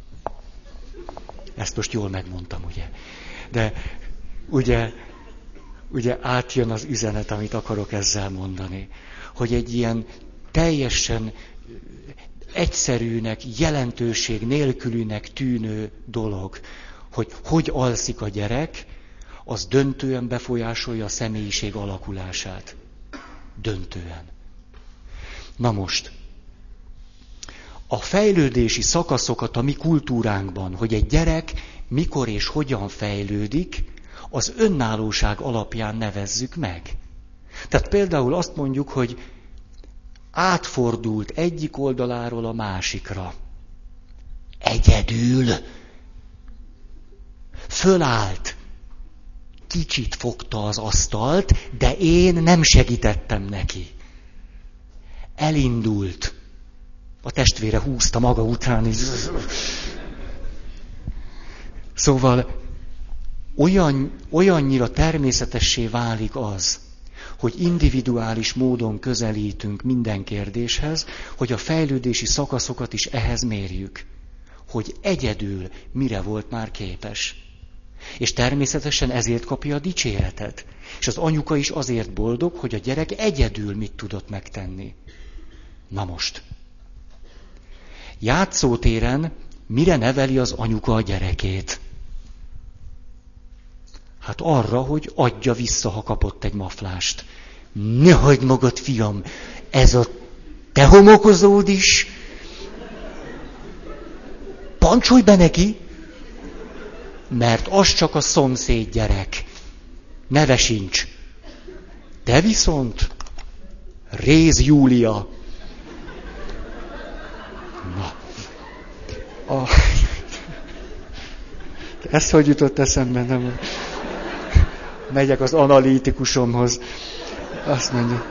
ezt most jól megmondtam, ugye? De ugye, ugye átjön az üzenet, amit akarok ezzel mondani, hogy egy ilyen teljesen egyszerűnek, jelentőség nélkülűnek tűnő dolog, hogy hogy alszik a gyerek, az döntően befolyásolja a személyiség alakulását. Döntően. Na most, a fejlődési szakaszokat a mi kultúránkban, hogy egy gyerek mikor és hogyan fejlődik, az önállóság alapján nevezzük meg. Tehát például azt mondjuk, hogy átfordult egyik oldaláról a másikra. Egyedül. Fölállt. Kicsit fogta az asztalt, de én nem segítettem neki. Elindult. A testvére húzta maga után. Szóval olyan, olyannyira természetessé válik az, hogy individuális módon közelítünk minden kérdéshez, hogy a fejlődési szakaszokat is ehhez mérjük. Hogy egyedül mire volt már képes. És természetesen ezért kapja a dicséretet. És az anyuka is azért boldog, hogy a gyerek egyedül mit tudott megtenni. Na most. Játszótéren mire neveli az anyuka a gyerekét? Hát arra, hogy adja vissza, ha kapott egy maflást. Ne hagyd magad, fiam, ez a te homokozód is. Pancsolj be neki, mert az csak a szomszéd gyerek. Neve sincs. Te viszont Réz Júlia. Na. A... Ez hogy jutott eszembe, nem? Megyek az analitikusomhoz. Azt mondja.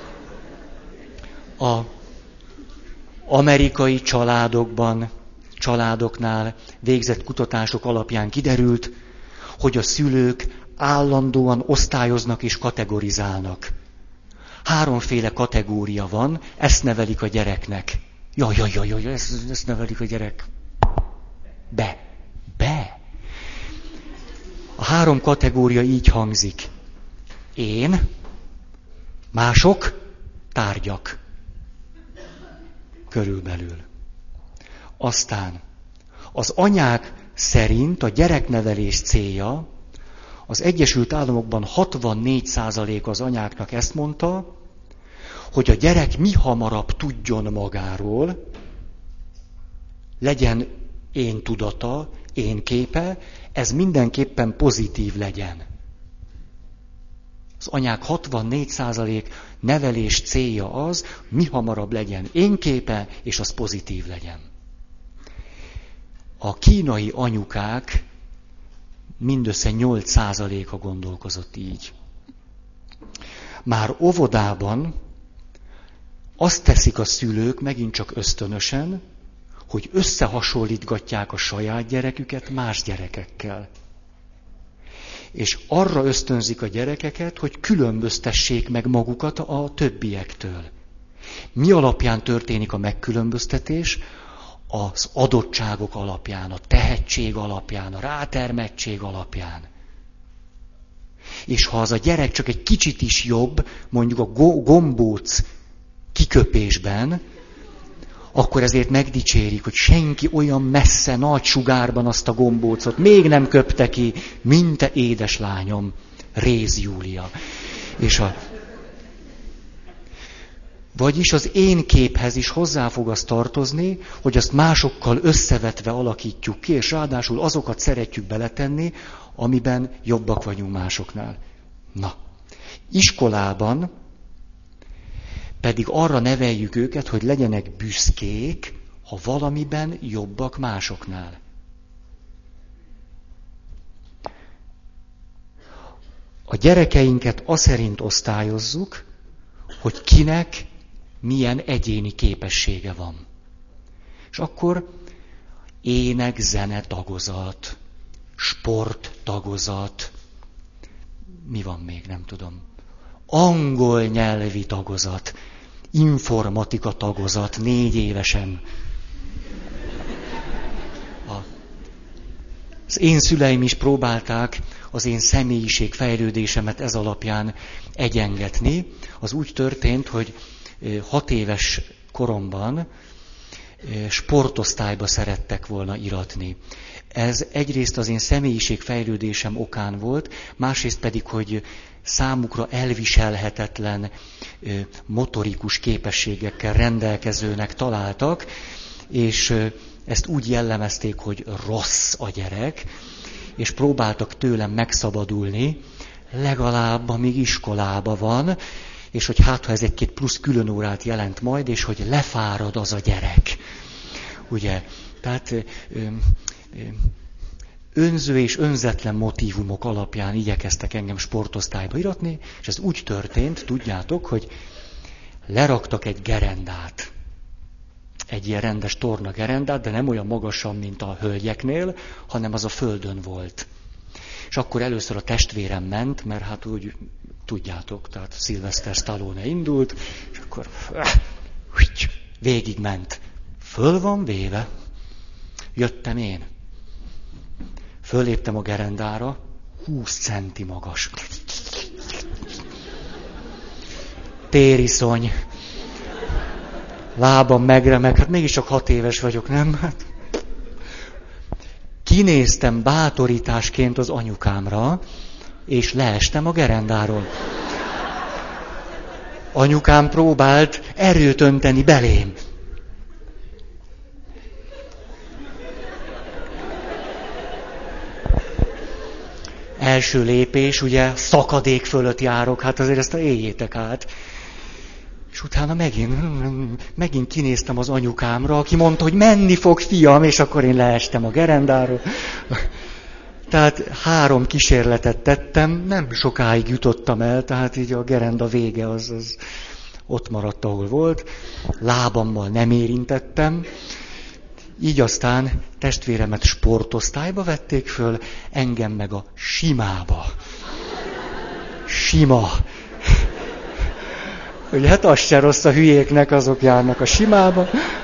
A amerikai családokban, családoknál végzett kutatások alapján kiderült, hogy a szülők állandóan osztályoznak és kategorizálnak. Háromféle kategória van, ezt nevelik a gyereknek. Jaj, jaj, jaj, jaj, ezt, ezt nevelik a gyerek. Be. Be. A három kategória így hangzik. Én, mások, tárgyak. Körülbelül. Aztán az anyák szerint a gyereknevelés célja, az Egyesült Államokban hatvannégy százalék az anyáknak ezt mondta, hogy a gyerek mihamarabb tudjon magáról, legyen én tudata, én képe, ez mindenképpen pozitív legyen. Az anyák hatvannégy százalék nevelés célja az, mihamarabb legyen én képe, és az pozitív legyen. A kínai anyukák mindössze nyolc százaléka gondolkozott így. Már óvodában azt teszik a szülők megint csak ösztönösen, hogy összehasonlítgatják a saját gyereküket más gyerekekkel. És arra ösztönzik a gyerekeket, hogy különböztessék meg magukat a többiektől. Mi alapján történik a megkülönböztetés? Az adottságok alapján, a tehetség alapján, a rátermettség alapján. És ha az a gyerek csak egy kicsit is jobb, mondjuk a gombóc kiköpésben, akkor ezért megdicsérik, hogy senki olyan messze, nagy sugárban azt a gombócot még nem köpte ki, mint te édeslányom, Réz Júlia. És a... Vagyis az én képhez is hozzá fog az tartozni, hogy azt másokkal összevetve alakítjuk ki, és ráadásul azokat szeretjük beletenni, amiben jobbak vagyunk másoknál. Na, iskolában pedig arra neveljük őket, hogy legyenek büszkék, ha valamiben jobbak másoknál. A gyerekeinket aszerint osztályozzuk, hogy kinek milyen egyéni képessége van. És akkor ének, zene tagozat, sport tagozat, mi van még, nem tudom. Angol nyelvi tagozat, informatika tagozat, négy évesen. Az én szüleim is próbálták az én személyiség fejlődésemet ez alapján egyengetni. Az úgy történt, hogy hat éves koromban sportosztályba szerettek volna iratni. Ez egyrészt az én személyiség fejlődésem okán volt, másrészt pedig, hogy számukra elviselhetetlen motorikus képességekkel rendelkezőnek találtak, és ezt úgy jellemezték, hogy rossz a gyerek, és próbáltak tőlem megszabadulni, legalább amíg iskolába van, és hogy hát, ha ez egy-két plusz külön órát jelent majd, és hogy lefárad az a gyerek. Ugye, tehát ö, ö, önző és önzetlen motívumok alapján igyekeztek engem sportosztályba iratni, és ez úgy történt, tudjátok, hogy leraktak egy gerendát. Egy ilyen rendes torna gerendát, de nem olyan magasan, mint a hölgyeknél, hanem az a földön volt. És akkor először a testvérem ment, mert hát úgy, tudjátok, tehát Sylvester Stallone indult, és akkor végig ment. Föl van véve. Jöttem én. Föléptem a gerendára, húsz centi magas. Tériszony. Lábam megremeg, hát mégis csak hat éves vagyok, nem? Hát. Kinéztem bátorításként az anyukámra, és leestem a gerendáról. Anyukám próbált erőt önteni belém. Első lépés, ugye szakadék fölött járok, hát azért ezt éljétek át. És utána megint, megint kinéztem az anyukámra, aki mondta, hogy menni fog, fiam, és akkor én leestem a gerendáról. Tehát három kísérletet tettem, nem sokáig jutottam el, tehát így a gerenda vége az, az ott maradt, ahol volt. Lábammal nem érintettem. Így aztán testvéremet sportosztályba vették föl, engem meg a simába. Sima. Ugye hát az se rossz, a hülyéknek, azok járnak a simába.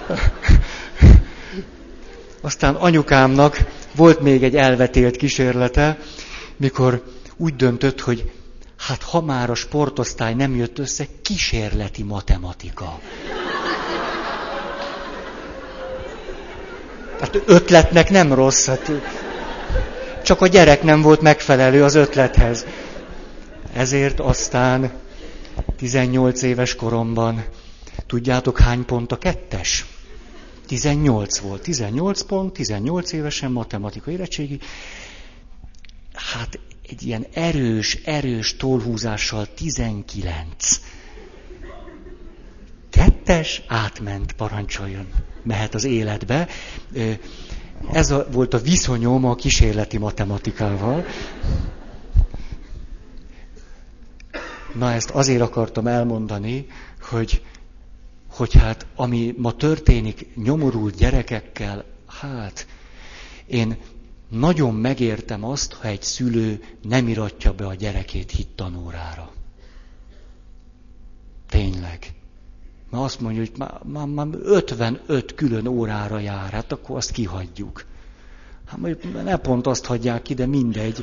Aztán anyukámnak volt még egy elvetélt kísérlete, mikor úgy döntött, hogy hát ha már a sportosztály nem jött össze, kísérleti matematika. Hát ötletnek nem rossz, hát csak a gyerek nem volt megfelelő az ötlethez. Ezért aztán tizennyolc éves koromban, tudjátok hány pont a kettes? tizennyolc volt. tizennyolc pont, tizennyolc évesen matematika érettségi. Hát egy ilyen erős, erős tollhúzással tizenkilenc. Kettes átment, parancsoljon. Mehet az életbe. Ez a, volt a viszonyom a kísérleti matematikával. Na, ezt azért akartam elmondani, hogy, hogy hát ami ma történik nyomorult gyerekekkel, hát én nagyon megértem azt, ha egy szülő nem iratja be a gyerekét hittanórára. Tényleg. Mert azt mondja, hogy már, már, már ötvenöt külön órára jár, hát akkor azt kihagyjuk. Hát mondjuk ne pont azt hagyják ki, de mindegy.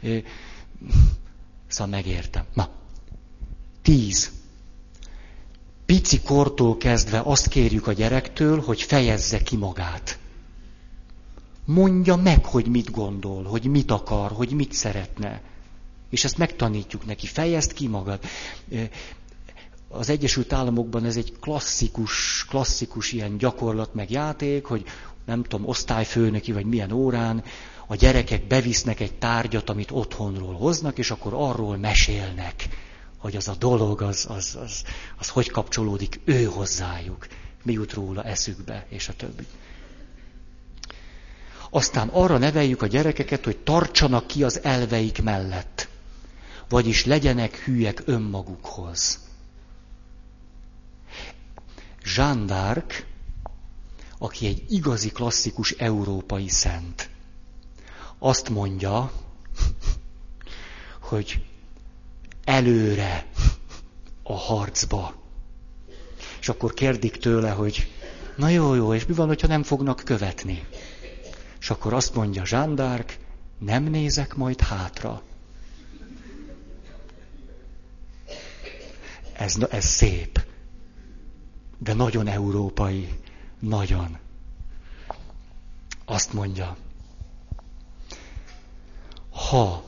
Szóval megértem. Na. Tíz. Pici kortól kezdve azt kérjük a gyerektől, hogy fejezze ki magát. Mondja meg, hogy mit gondol, hogy mit akar, hogy mit szeretne. És ezt megtanítjuk neki. Fejezd ki magad. Az Egyesült Államokban ez egy klasszikus, klasszikus ilyen gyakorlat meg játék, hogy nem tudom, osztályfőnöki vagy milyen órán a gyerekek bevisznek egy tárgyat, amit otthonról hoznak, és akkor arról mesélnek, hogy az a dolog, az, az, az, az hogy kapcsolódik ő hozzájuk, mi jut róla eszükbe, és a többi. Aztán arra neveljük a gyerekeket, hogy tartsanak ki az elveik mellett, vagyis legyenek hülyek önmagukhoz. Jeanne d'Arc, aki egy igazi klasszikus európai szent, azt mondja, hogy előre a harcba. És akkor kérdik tőle, hogy na jó, jó, és mi van, hogyha nem fognak követni? És akkor azt mondja Jeanne d'Arc, nem nézek majd hátra. Ez, ez szép, de nagyon európai, nagyon. Azt mondja, ha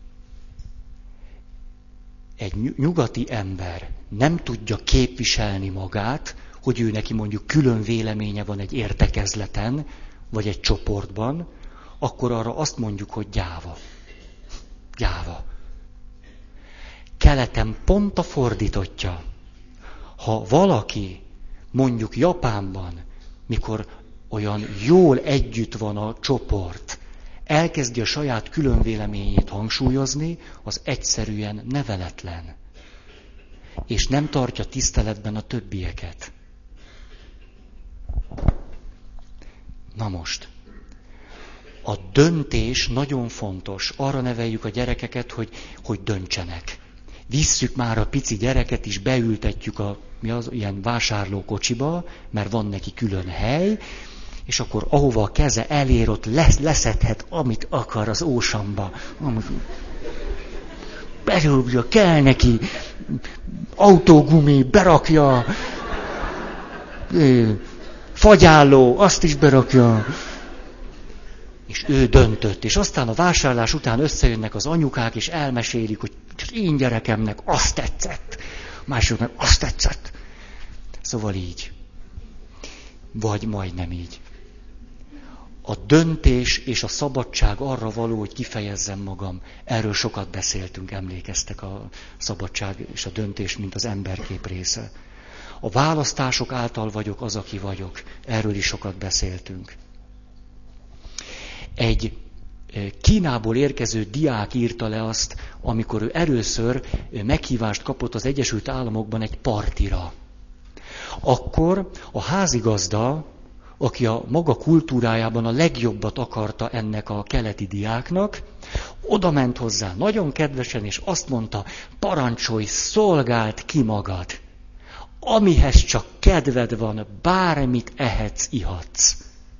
egy nyugati ember nem tudja képviselni magát, hogy ő neki mondjuk külön véleménye van egy értekezleten, vagy egy csoportban, akkor arra azt mondjuk, hogy gyáva. Gyáva. keleten pont a fordítottja. Ha valaki, mondjuk Japánban, mikor olyan jól együtt van a csoport, elkezdi a saját különvéleményét hangsúlyozni, az egyszerűen neveletlen. És nem tartja tiszteletben a többieket. Na most, a döntés nagyon fontos. Arra neveljük a gyerekeket, hogy, hogy döntsenek. Visszük már a pici gyereket is, beültetjük a mi az, ilyen vásárlókocsiba, mert van neki külön hely, és akkor ahova a keze elér, ott lesz, leszedhet, amit akar az ósamba. Berúgja, kell neki, autógumi, berakja, fagyálló, azt is berakja. És ő döntött. És aztán a vásárlás után összejönnek az anyukák, és elmesélik, hogy én gyerekemnek azt tetszett, másoknak azt tetszett. Szóval így. Vagy majdnem így. A döntés és a szabadság arra való, hogy kifejezzem magam. Erről sokat beszéltünk, emlékeztek, a szabadság és a döntés, mint az emberkép része. A választások által vagyok az, aki vagyok. Erről is sokat beszéltünk. Egy Kínából érkező diák írta le azt, amikor ő először meghívást kapott az Egyesült Államokban egy partira. Akkor a házigazda, aki a maga kultúrájában a legjobbat akarta ennek a keleti diáknak, oda ment hozzá nagyon kedvesen, és azt mondta, parancsolj, szolgáld ki magad. Amihez csak kedved van, bármit ehetsz, ihatsz.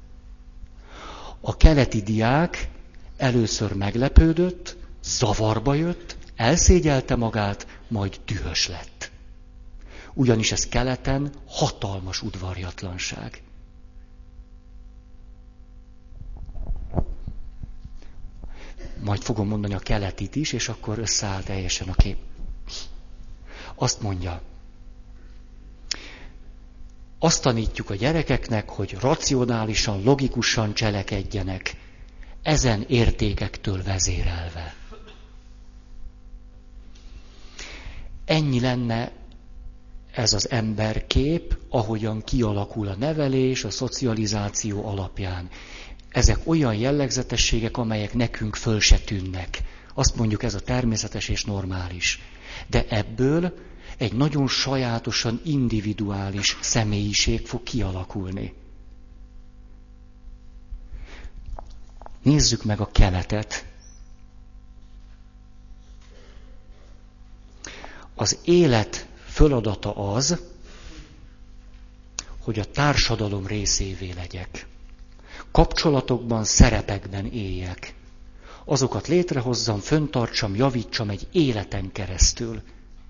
A keleti diák először meglepődött, zavarba jött, elszégyelte magát, majd dühös lett. Ugyanis ez keleten hatalmas udvarjatlanság. Majd fogom mondani a keletit is, és akkor összeáll teljesen a kép. Azt mondja, azt tanítjuk a gyerekeknek, hogy racionálisan, logikusan cselekedjenek, ezen értékektől vezérelve. Ennyi lenne ez az emberkép, ahogyan kialakul a nevelés, a szocializáció alapján. Ezek olyan jellegzetességek, amelyek nekünk föl se tűnnek. Azt mondjuk, ez a természetes és normális. De ebből egy nagyon sajátosan individuális személyiség fog kialakulni. Nézzük meg a keletet. Az élet feladata az, hogy a társadalom részévé legyek. Kapcsolatokban, szerepekben éljek. Azokat létrehozzam, föntartsam, javítsam egy életen keresztül.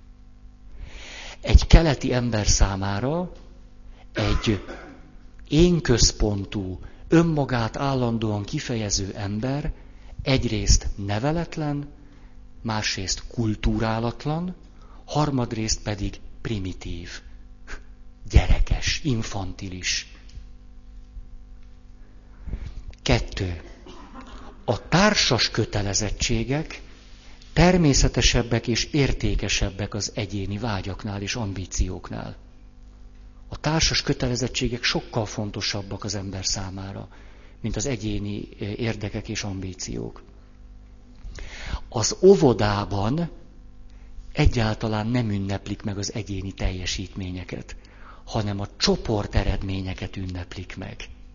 Egy keleti ember számára egy énközpontú, önmagát állandóan kifejező ember egyrészt neveletlen, másrészt kultúrálatlan, harmadrészt pedig primitív, gyerekes, infantilis. Kettő. A társas kötelezettségek természetesebbek és értékesebbek az egyéni vágyaknál és ambícióknál. A társas kötelezettségek sokkal fontosabbak az ember számára, mint az egyéni érdekek és ambíciók. Az óvodában egyáltalán nem ünneplik meg az egyéni teljesítményeket, hanem a csoport eredményeket ünneplik meg.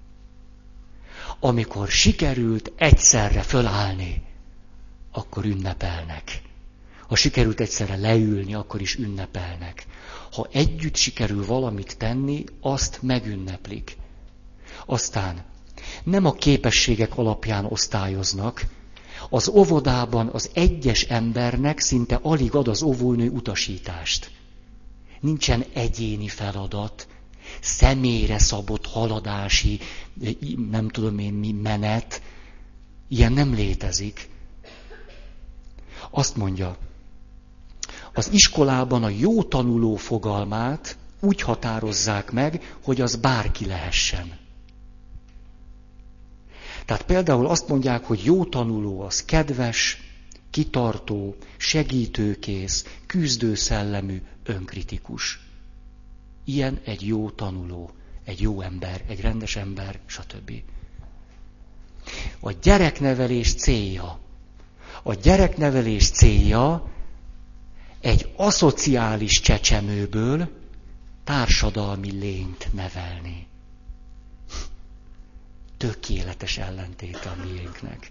Amikor sikerült egyszerre fölállni, akkor ünnepelnek. Ha sikerült egyszerre leülni, akkor is ünnepelnek. Ha együtt sikerül valamit tenni, azt megünneplik. Aztán nem a képességek alapján osztályoznak. Az óvodában az egyes embernek szinte alig ad az óvónő utasítást. Nincsen egyéni feladat, személyre szabott haladási, nem tudom én mi, menet. Ilyen nem létezik. Azt mondja, az iskolában a jó tanuló fogalmát úgy határozzák meg, hogy az bárki lehessen. Tehát például azt mondják, hogy jó tanuló az kedves, kitartó, segítőkész, küzdőszellemű, önkritikus. Ilyen egy jó tanuló, egy jó ember, egy rendes ember, stb. A gyereknevelés célja. A gyereknevelés célja egy aszociális csecsemőből társadalmi lényt nevelni. Tökéletes ellentéte a miénknek.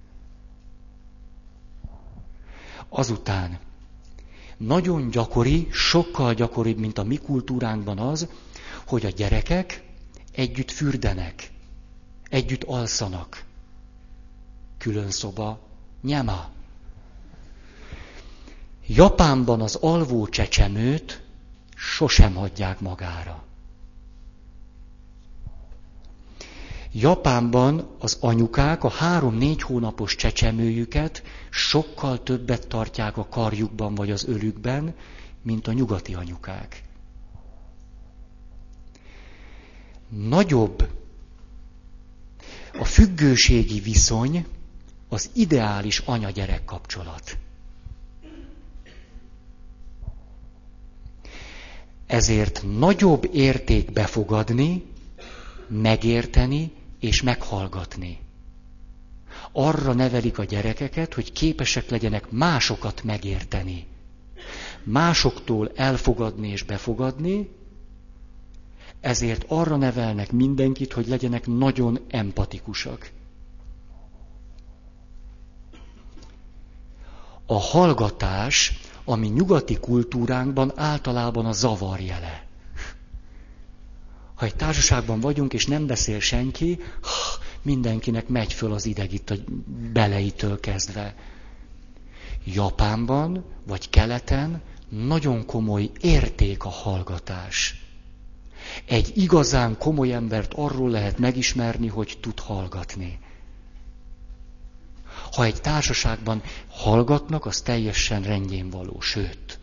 Azután nagyon gyakori, sokkal gyakoribb, mint a mi kultúránkban az, hogy a gyerekek együtt fürdenek, együtt alszanak. Külön szoba, nyema. Japánban az alvó csecsemőt sosem hagyják magára. Japánban az anyukák a három-négy hónapos csecsemőjüket sokkal többet tartják a karjukban vagy az ölükben, mint a nyugati anyukák. Nagyobb a függőségi viszony az ideális anya-gyerek kapcsolat. Ezért nagyobb érték befogadni, megérteni és meghallgatni. Arra nevelik a gyerekeket, hogy képesek legyenek másokat megérteni. Másoktól elfogadni és befogadni, ezért arra nevelnek mindenkit, hogy legyenek nagyon empatikusak. A hallgatás, ami nyugati kultúránkban általában a zavar jele. Ha egy társaságban vagyunk, és nem beszél senki, mindenkinek megy föl az ideg itt a beleitől kezdve. Japánban, vagy keleten nagyon komoly érték a hallgatás. Egy igazán komoly embert arról lehet megismerni, hogy tud hallgatni. Ha egy társaságban hallgatnak, az teljesen rendjén való, sőt.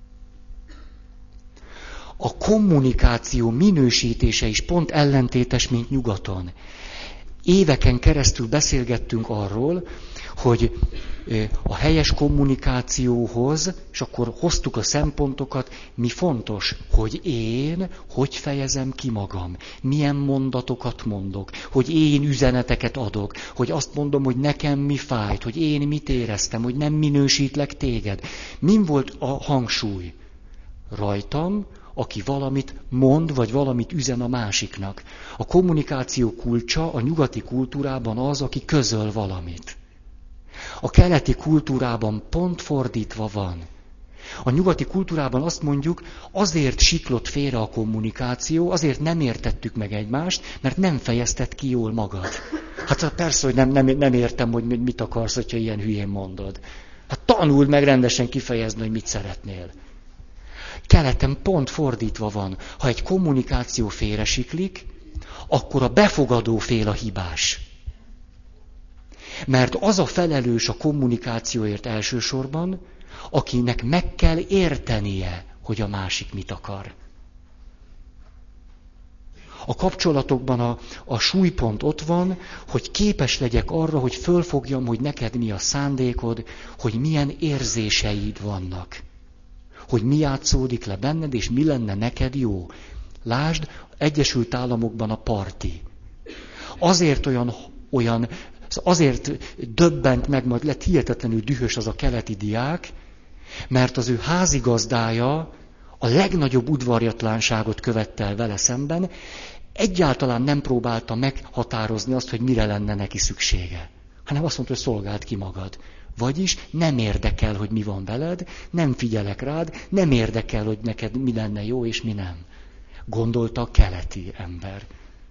A kommunikáció minősítése is pont ellentétes, mint nyugaton. Éveken keresztül beszélgettünk arról, hogy a helyes kommunikációhoz, és akkor hoztuk a szempontokat, mi fontos, hogy én hogy fejezem ki magam, milyen mondatokat mondok, hogy én üzeneteket adok, hogy azt mondom, hogy nekem mi fájt, hogy én mit éreztem, hogy nem minősítlek téged. Min volt a hangsúly? Rajtam, aki valamit mond, vagy valamit üzen a másiknak. A kommunikáció kulcsa a nyugati kultúrában az, aki közöl valamit. A keleti kultúrában pont fordítva van. A nyugati kultúrában azt mondjuk, azért siklott félre a kommunikáció, azért nem értettük meg egymást, mert nem fejezted ki jól magad. Hát persze, hogy nem, nem, nem értem, hogy mit akarsz, hogyha ilyen hülyén mondod. Hát tanuld meg rendesen kifejezni, hogy mit szeretnél. Keleten pont fordítva van. Ha egy kommunikáció félresiklik, akkor a befogadó fél a hibás. Mert az a felelős a kommunikációért elsősorban, akinek meg kell értenie, hogy a másik mit akar. A kapcsolatokban a, a súlypont ott van, hogy képes legyek arra, hogy fölfogjam, hogy neked mi a szándékod, hogy milyen érzéseid vannak. Hogy mi játszódik le benned, és mi lenne neked jó. Lásd, Egyesült Államokban a parti. Azért olyan, olyan azért döbbent meg, majd lett hihetetlenül dühös az a keleti diák, mert az ő házigazdája a legnagyobb udvarjatlanságot követte el vele szemben, egyáltalán nem próbálta meghatározni azt, hogy mire lenne neki szüksége, hanem azt mondta, hogy szolgáld ki magad. Vagyis nem érdekel, hogy mi van veled, nem figyelek rád, nem érdekel, hogy neked mi lenne jó és mi nem. Gondolta a keleti ember.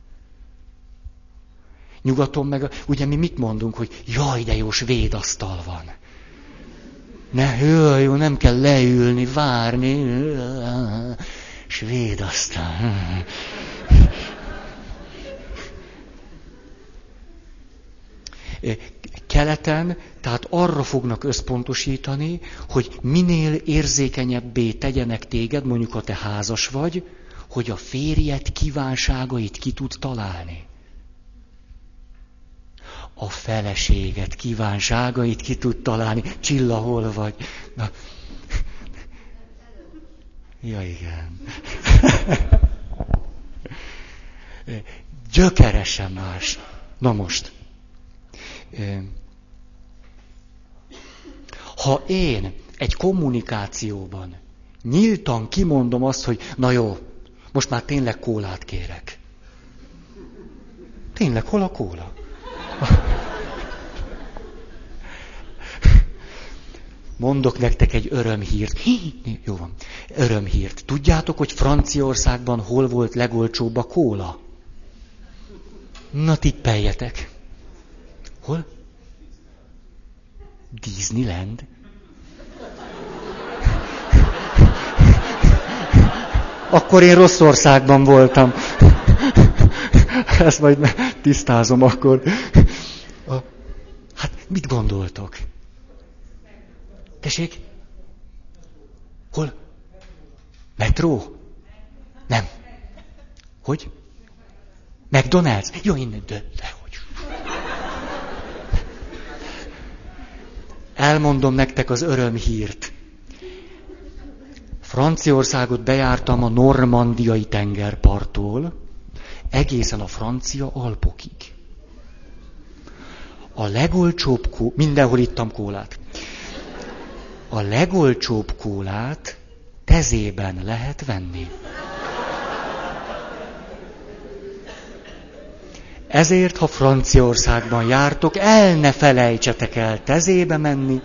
Nyugaton meg, ugye mi mit mondunk, hogy jaj, de jó svédasztal van. Ne, jó, jó, nem kell leülni, várni. Svédasztal. Keleten, tehát arra fognak összpontosítani, hogy minél érzékenyebbé tegyenek téged, mondjuk ha te házas vagy, hogy a férjed kívánságait ki tud találni. A feleséget, kívánságait ki tud találni. Csilla, hol vagy? Na. Ja, igen. Gyökeresen más. Na most. Ha én egy kommunikációban nyíltan kimondom azt, hogy na jó, most már tényleg kólát kérek. Tényleg, hol a kóla? Mondok nektek egy örömhírt. Hí, jó van. Örömhírt. Tudjátok, hogy Franciaországban hol volt legolcsóbb a kóla? Na, tippeljetek. Hol? Disneyland. Akkor én rossz országban voltam. Ezt majd tisztázom akkor. Hát, mit gondoltok? Tessék? Hol? Metró? Nem. Hogy? McDonald's? Jó, innen, de, de hogy? Elmondom nektek az örömhírt. Franciaországot bejártam a normandiai tengerparttól, egészen a francia Alpokig. A legolcsóbb kó... Mindenhol ittam kólát. A legolcsóbb kólát tezében lehet venni. Ezért, ha Franciaországban jártok, el ne felejtsetek el tezébe menni,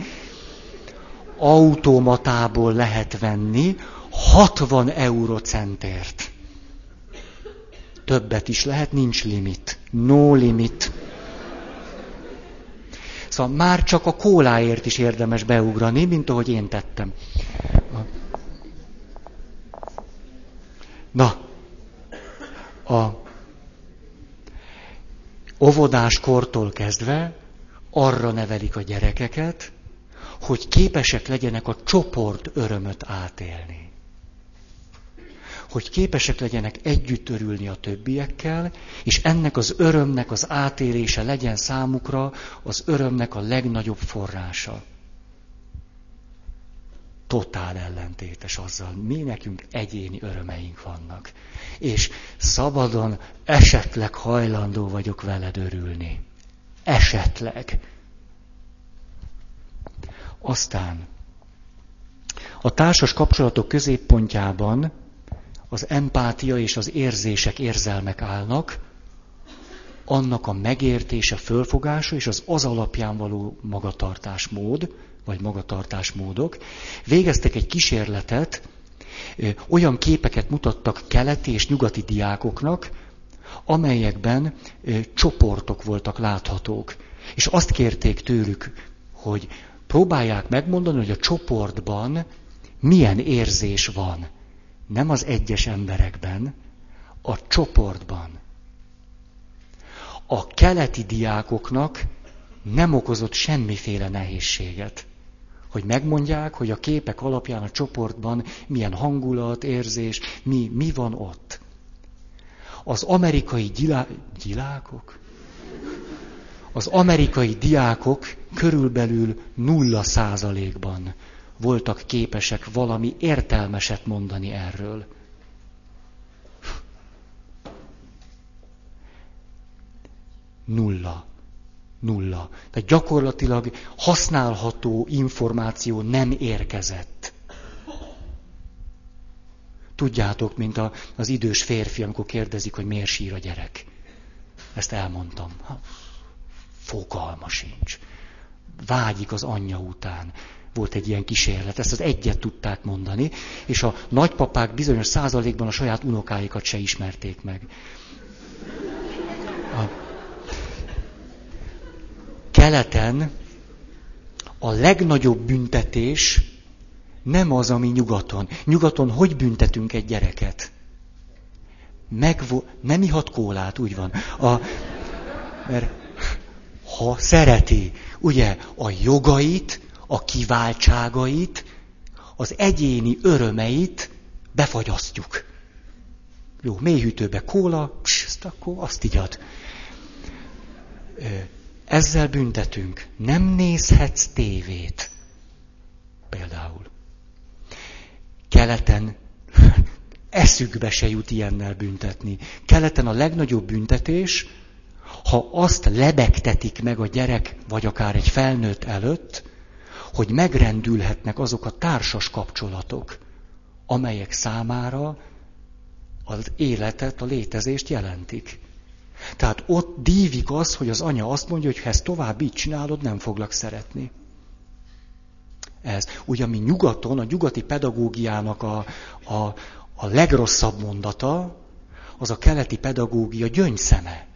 automatából lehet venni hatvan eurocentért. Többet is lehet, nincs limit. No limit. Szóval már csak a kóláért is érdemes beugrani, mint ahogy én tettem. Na, a óvodáskortól kezdve arra nevelik a gyerekeket, hogy képesek legyenek a csoport örömöt átélni. Hogy képesek legyenek együtt örülni a többiekkel, és ennek az örömnek az átélése legyen számukra az örömnek a legnagyobb forrása. Totál ellentétes azzal, mi nekünk egyéni örömeink vannak. És szabadon esetleg hajlandó vagyok veled örülni. Esetleg. Aztán a társas kapcsolatok középpontjában az empátia és az érzések, érzelmek állnak, annak a megértése, fölfogása és az az alapján való magatartásmód, vagy magatartásmódok. Végeztek egy kísérletet, olyan képeket mutattak keleti és nyugati diákoknak, amelyekben csoportok voltak láthatók. És azt kérték tőlük, hogy próbálják megmondani, hogy a csoportban milyen érzés van. Nem az egyes emberekben, a csoportban. A keleti diákoknak nem okozott semmiféle nehézséget, hogy megmondják, hogy a képek alapján a csoportban milyen hangulat, érzés, mi, mi van ott. Az amerikai gyilá... gyilάκok? Az amerikai diákok körülbelül nulla százalékban voltak képesek valami értelmeset mondani erről. Nulla. Nulla. Tehát gyakorlatilag használható információ nem érkezett. Tudjátok, mint a, az idős férfi, amikor kérdezik, hogy miért sír a gyerek. Ezt elmondtam. Ha, fogalma sincs. Vágyik az anyja után. Volt egy ilyen kísérlet, ezt az egyet tudták mondani, és a nagypapák bizonyos százalékban a saját unokáikat se ismerték meg. A keleten a legnagyobb büntetés nem az, ami nyugaton. Nyugaton hogy büntetünk egy gyereket? Megvo- nem ihat kólát, úgy van. A, mert ha szereti, ugye, a jogait, a kiváltságait, az egyéni örömeit befagyasztjuk. Jó, mélyhűtőbe kóla, pss, akkor azt igyad. Ezzel büntetünk. Nem nézhetsz tévét. Például. Keleten eszükbe se jut ilyennel büntetni. Keleten a legnagyobb büntetés, ha azt lebegtetik meg a gyerek, vagy akár egy felnőtt előtt, hogy megrendülhetnek azok a társas kapcsolatok, amelyek számára az életet, a létezést jelentik. Tehát ott dívik az, hogy az anya azt mondja, hogy ha ezt tovább így csinálod, nem foglak szeretni. Ez. Ugye, ami nyugaton, a nyugati pedagógiának a, a, a legrosszabb mondata, az a keleti pedagógia gyöngyszeme.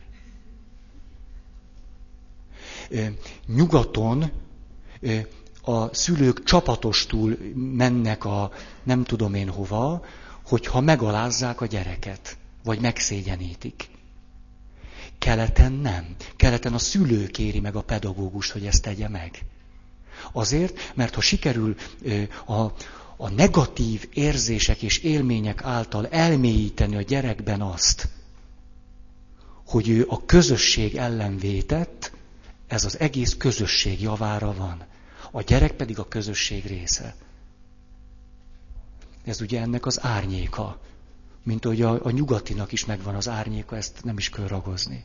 Nyugaton a szülők csapatostul mennek a nem tudom én hova, hogyha megalázzák a gyereket, vagy megszégyenítik. Keleten nem. Keleten a szülő kéri meg a pedagógust, hogy ezt tegye meg. Azért, mert ha sikerül a, a negatív érzések és élmények által elmélyíteni a gyerekben azt, hogy ő a közösség ellen vétett, ez az egész közösség javára van. A gyerek pedig a közösség része. Ez ugye ennek az árnyéka. Mint hogy a, a nyugatinak is megvan az árnyéka, ezt nem is kell ragozni.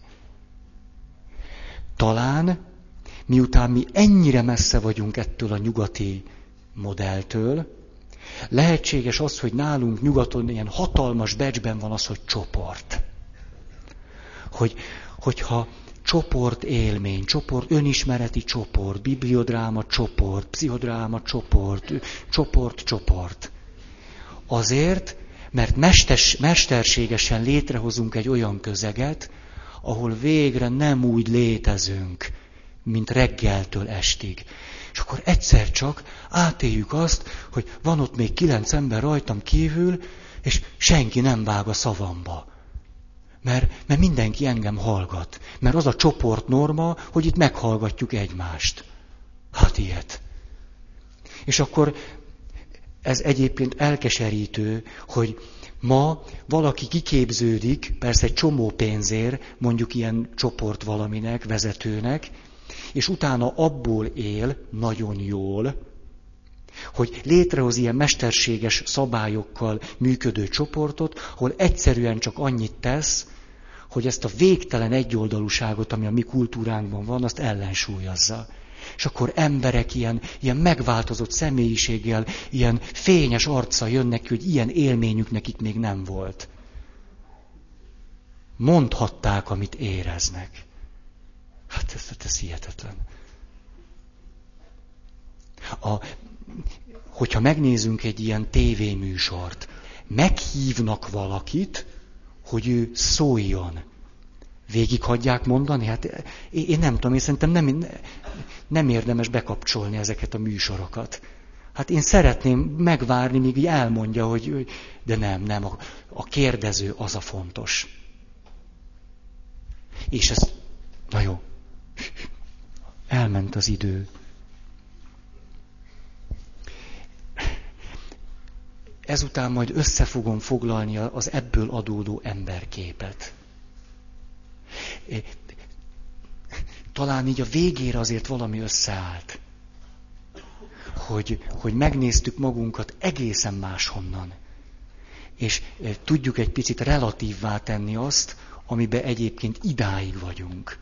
Talán, miután mi ennyire messze vagyunk ettől a nyugati modelltől, lehetséges az, hogy nálunk nyugaton ilyen hatalmas becsben van az, hogy csoport. Hogy, hogyha csoport élmény, csoport, önismereti csoport, bibliodráma csoport, pszichodráma csoport, csoport, csoport. Azért, mert mestes, mesterségesen létrehozunk egy olyan közeget, ahol végre nem úgy létezünk, mint reggeltől estig. És akkor egyszer csak átéljük azt, hogy van ott még kilenc ember rajtam kívül, és senki nem vág a szavamba. Mert, mert mindenki engem hallgat. Mert az a csoportnorma, hogy itt meghallgatjuk egymást. Hát ilyet. És akkor ez egyébként elkeserítő, hogy ma valaki kiképződik, persze egy csomó pénzért, mondjuk ilyen csoport valaminek, vezetőnek, és utána abból él nagyon jól, hogy létrehoz ilyen mesterséges szabályokkal működő csoportot, ahol egyszerűen csak annyit tesz, hogy ezt a végtelen egyoldalúságot, ami a mi kultúránkban van, azt ellensúlyozza. És akkor emberek ilyen, ilyen megváltozott személyiséggel, ilyen fényes arccal jönnek ki, hogy ilyen élményük nekik még nem volt. Mondhatták, amit éreznek. Hát ez, ez hihetetlen. A, hogyha megnézünk egy ilyen tévéműsort, meghívnak valakit, hogy ő szóljon. Végighagyják mondani? Hát én nem tudom, én szerintem nem, nem érdemes bekapcsolni ezeket a műsorokat. Hát én szeretném megvárni, míg így elmondja, hogy... De nem, nem. A, a kérdező az a fontos. És ez... Na jó. Elment az idő. Ezután majd össze fogom foglalni az ebből adódó emberképet. Talán így a végére azért valami összeállt. Hogy, hogy megnéztük magunkat egészen máshonnan. És tudjuk egy picit relatívvá tenni azt, amiben egyébként idáig vagyunk.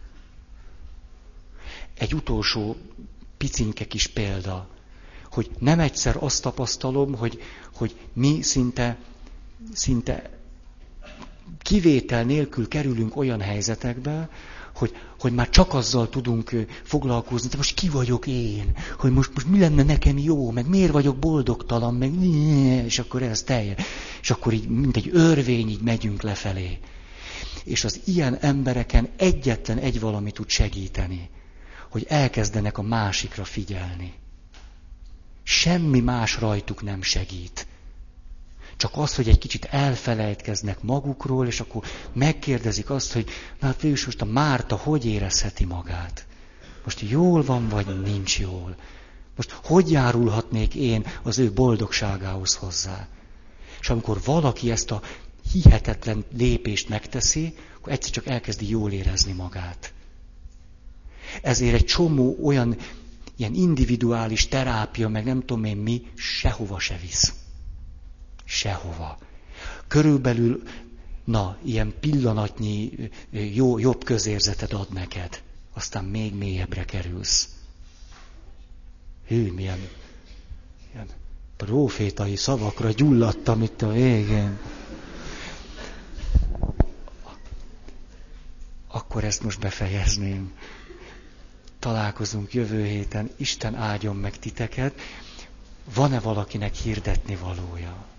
Egy utolsó picinke kis példa, hogy nem egyszer azt tapasztalom, hogy, hogy mi szinte, szinte kivétel nélkül kerülünk olyan helyzetekbe, hogy, hogy már csak azzal tudunk foglalkozni, de most ki vagyok én, hogy most, most mi lenne nekem jó, meg miért vagyok boldogtalan, meg és akkor ez teljes. És akkor így, mint egy örvény, így megyünk lefelé. És az ilyen embereken egyetlen egy valami tud segíteni, hogy elkezdenek a másikra figyelni. Semmi más rajtuk nem segít. Csak az, hogy egy kicsit elfelejtkeznek magukról, és akkor megkérdezik azt, hogy na hát végülis most a Márta hogy érezheti magát? Most jól van, vagy nincs jól? Most hogy járulhatnék én az ő boldogságához hozzá? És amikor valaki ezt a hihetetlen lépést megteszi, akkor egyszer csak elkezdi jól érezni magát. Ezért egy csomó olyan ilyen individuális terápia, meg nem tudom én mi, sehova se visz. Sehova. Körülbelül, na, ilyen pillanatnyi jó, jobb közérzetet ad neked. Aztán még mélyebbre kerülsz. Hű, milyen, milyen prófétai szavakra gyulladtam itt a végén. Akkor ezt most befejezném. Találkozunk jövő héten. Isten áldjon meg titeket. Van-e valakinek hirdetni valója?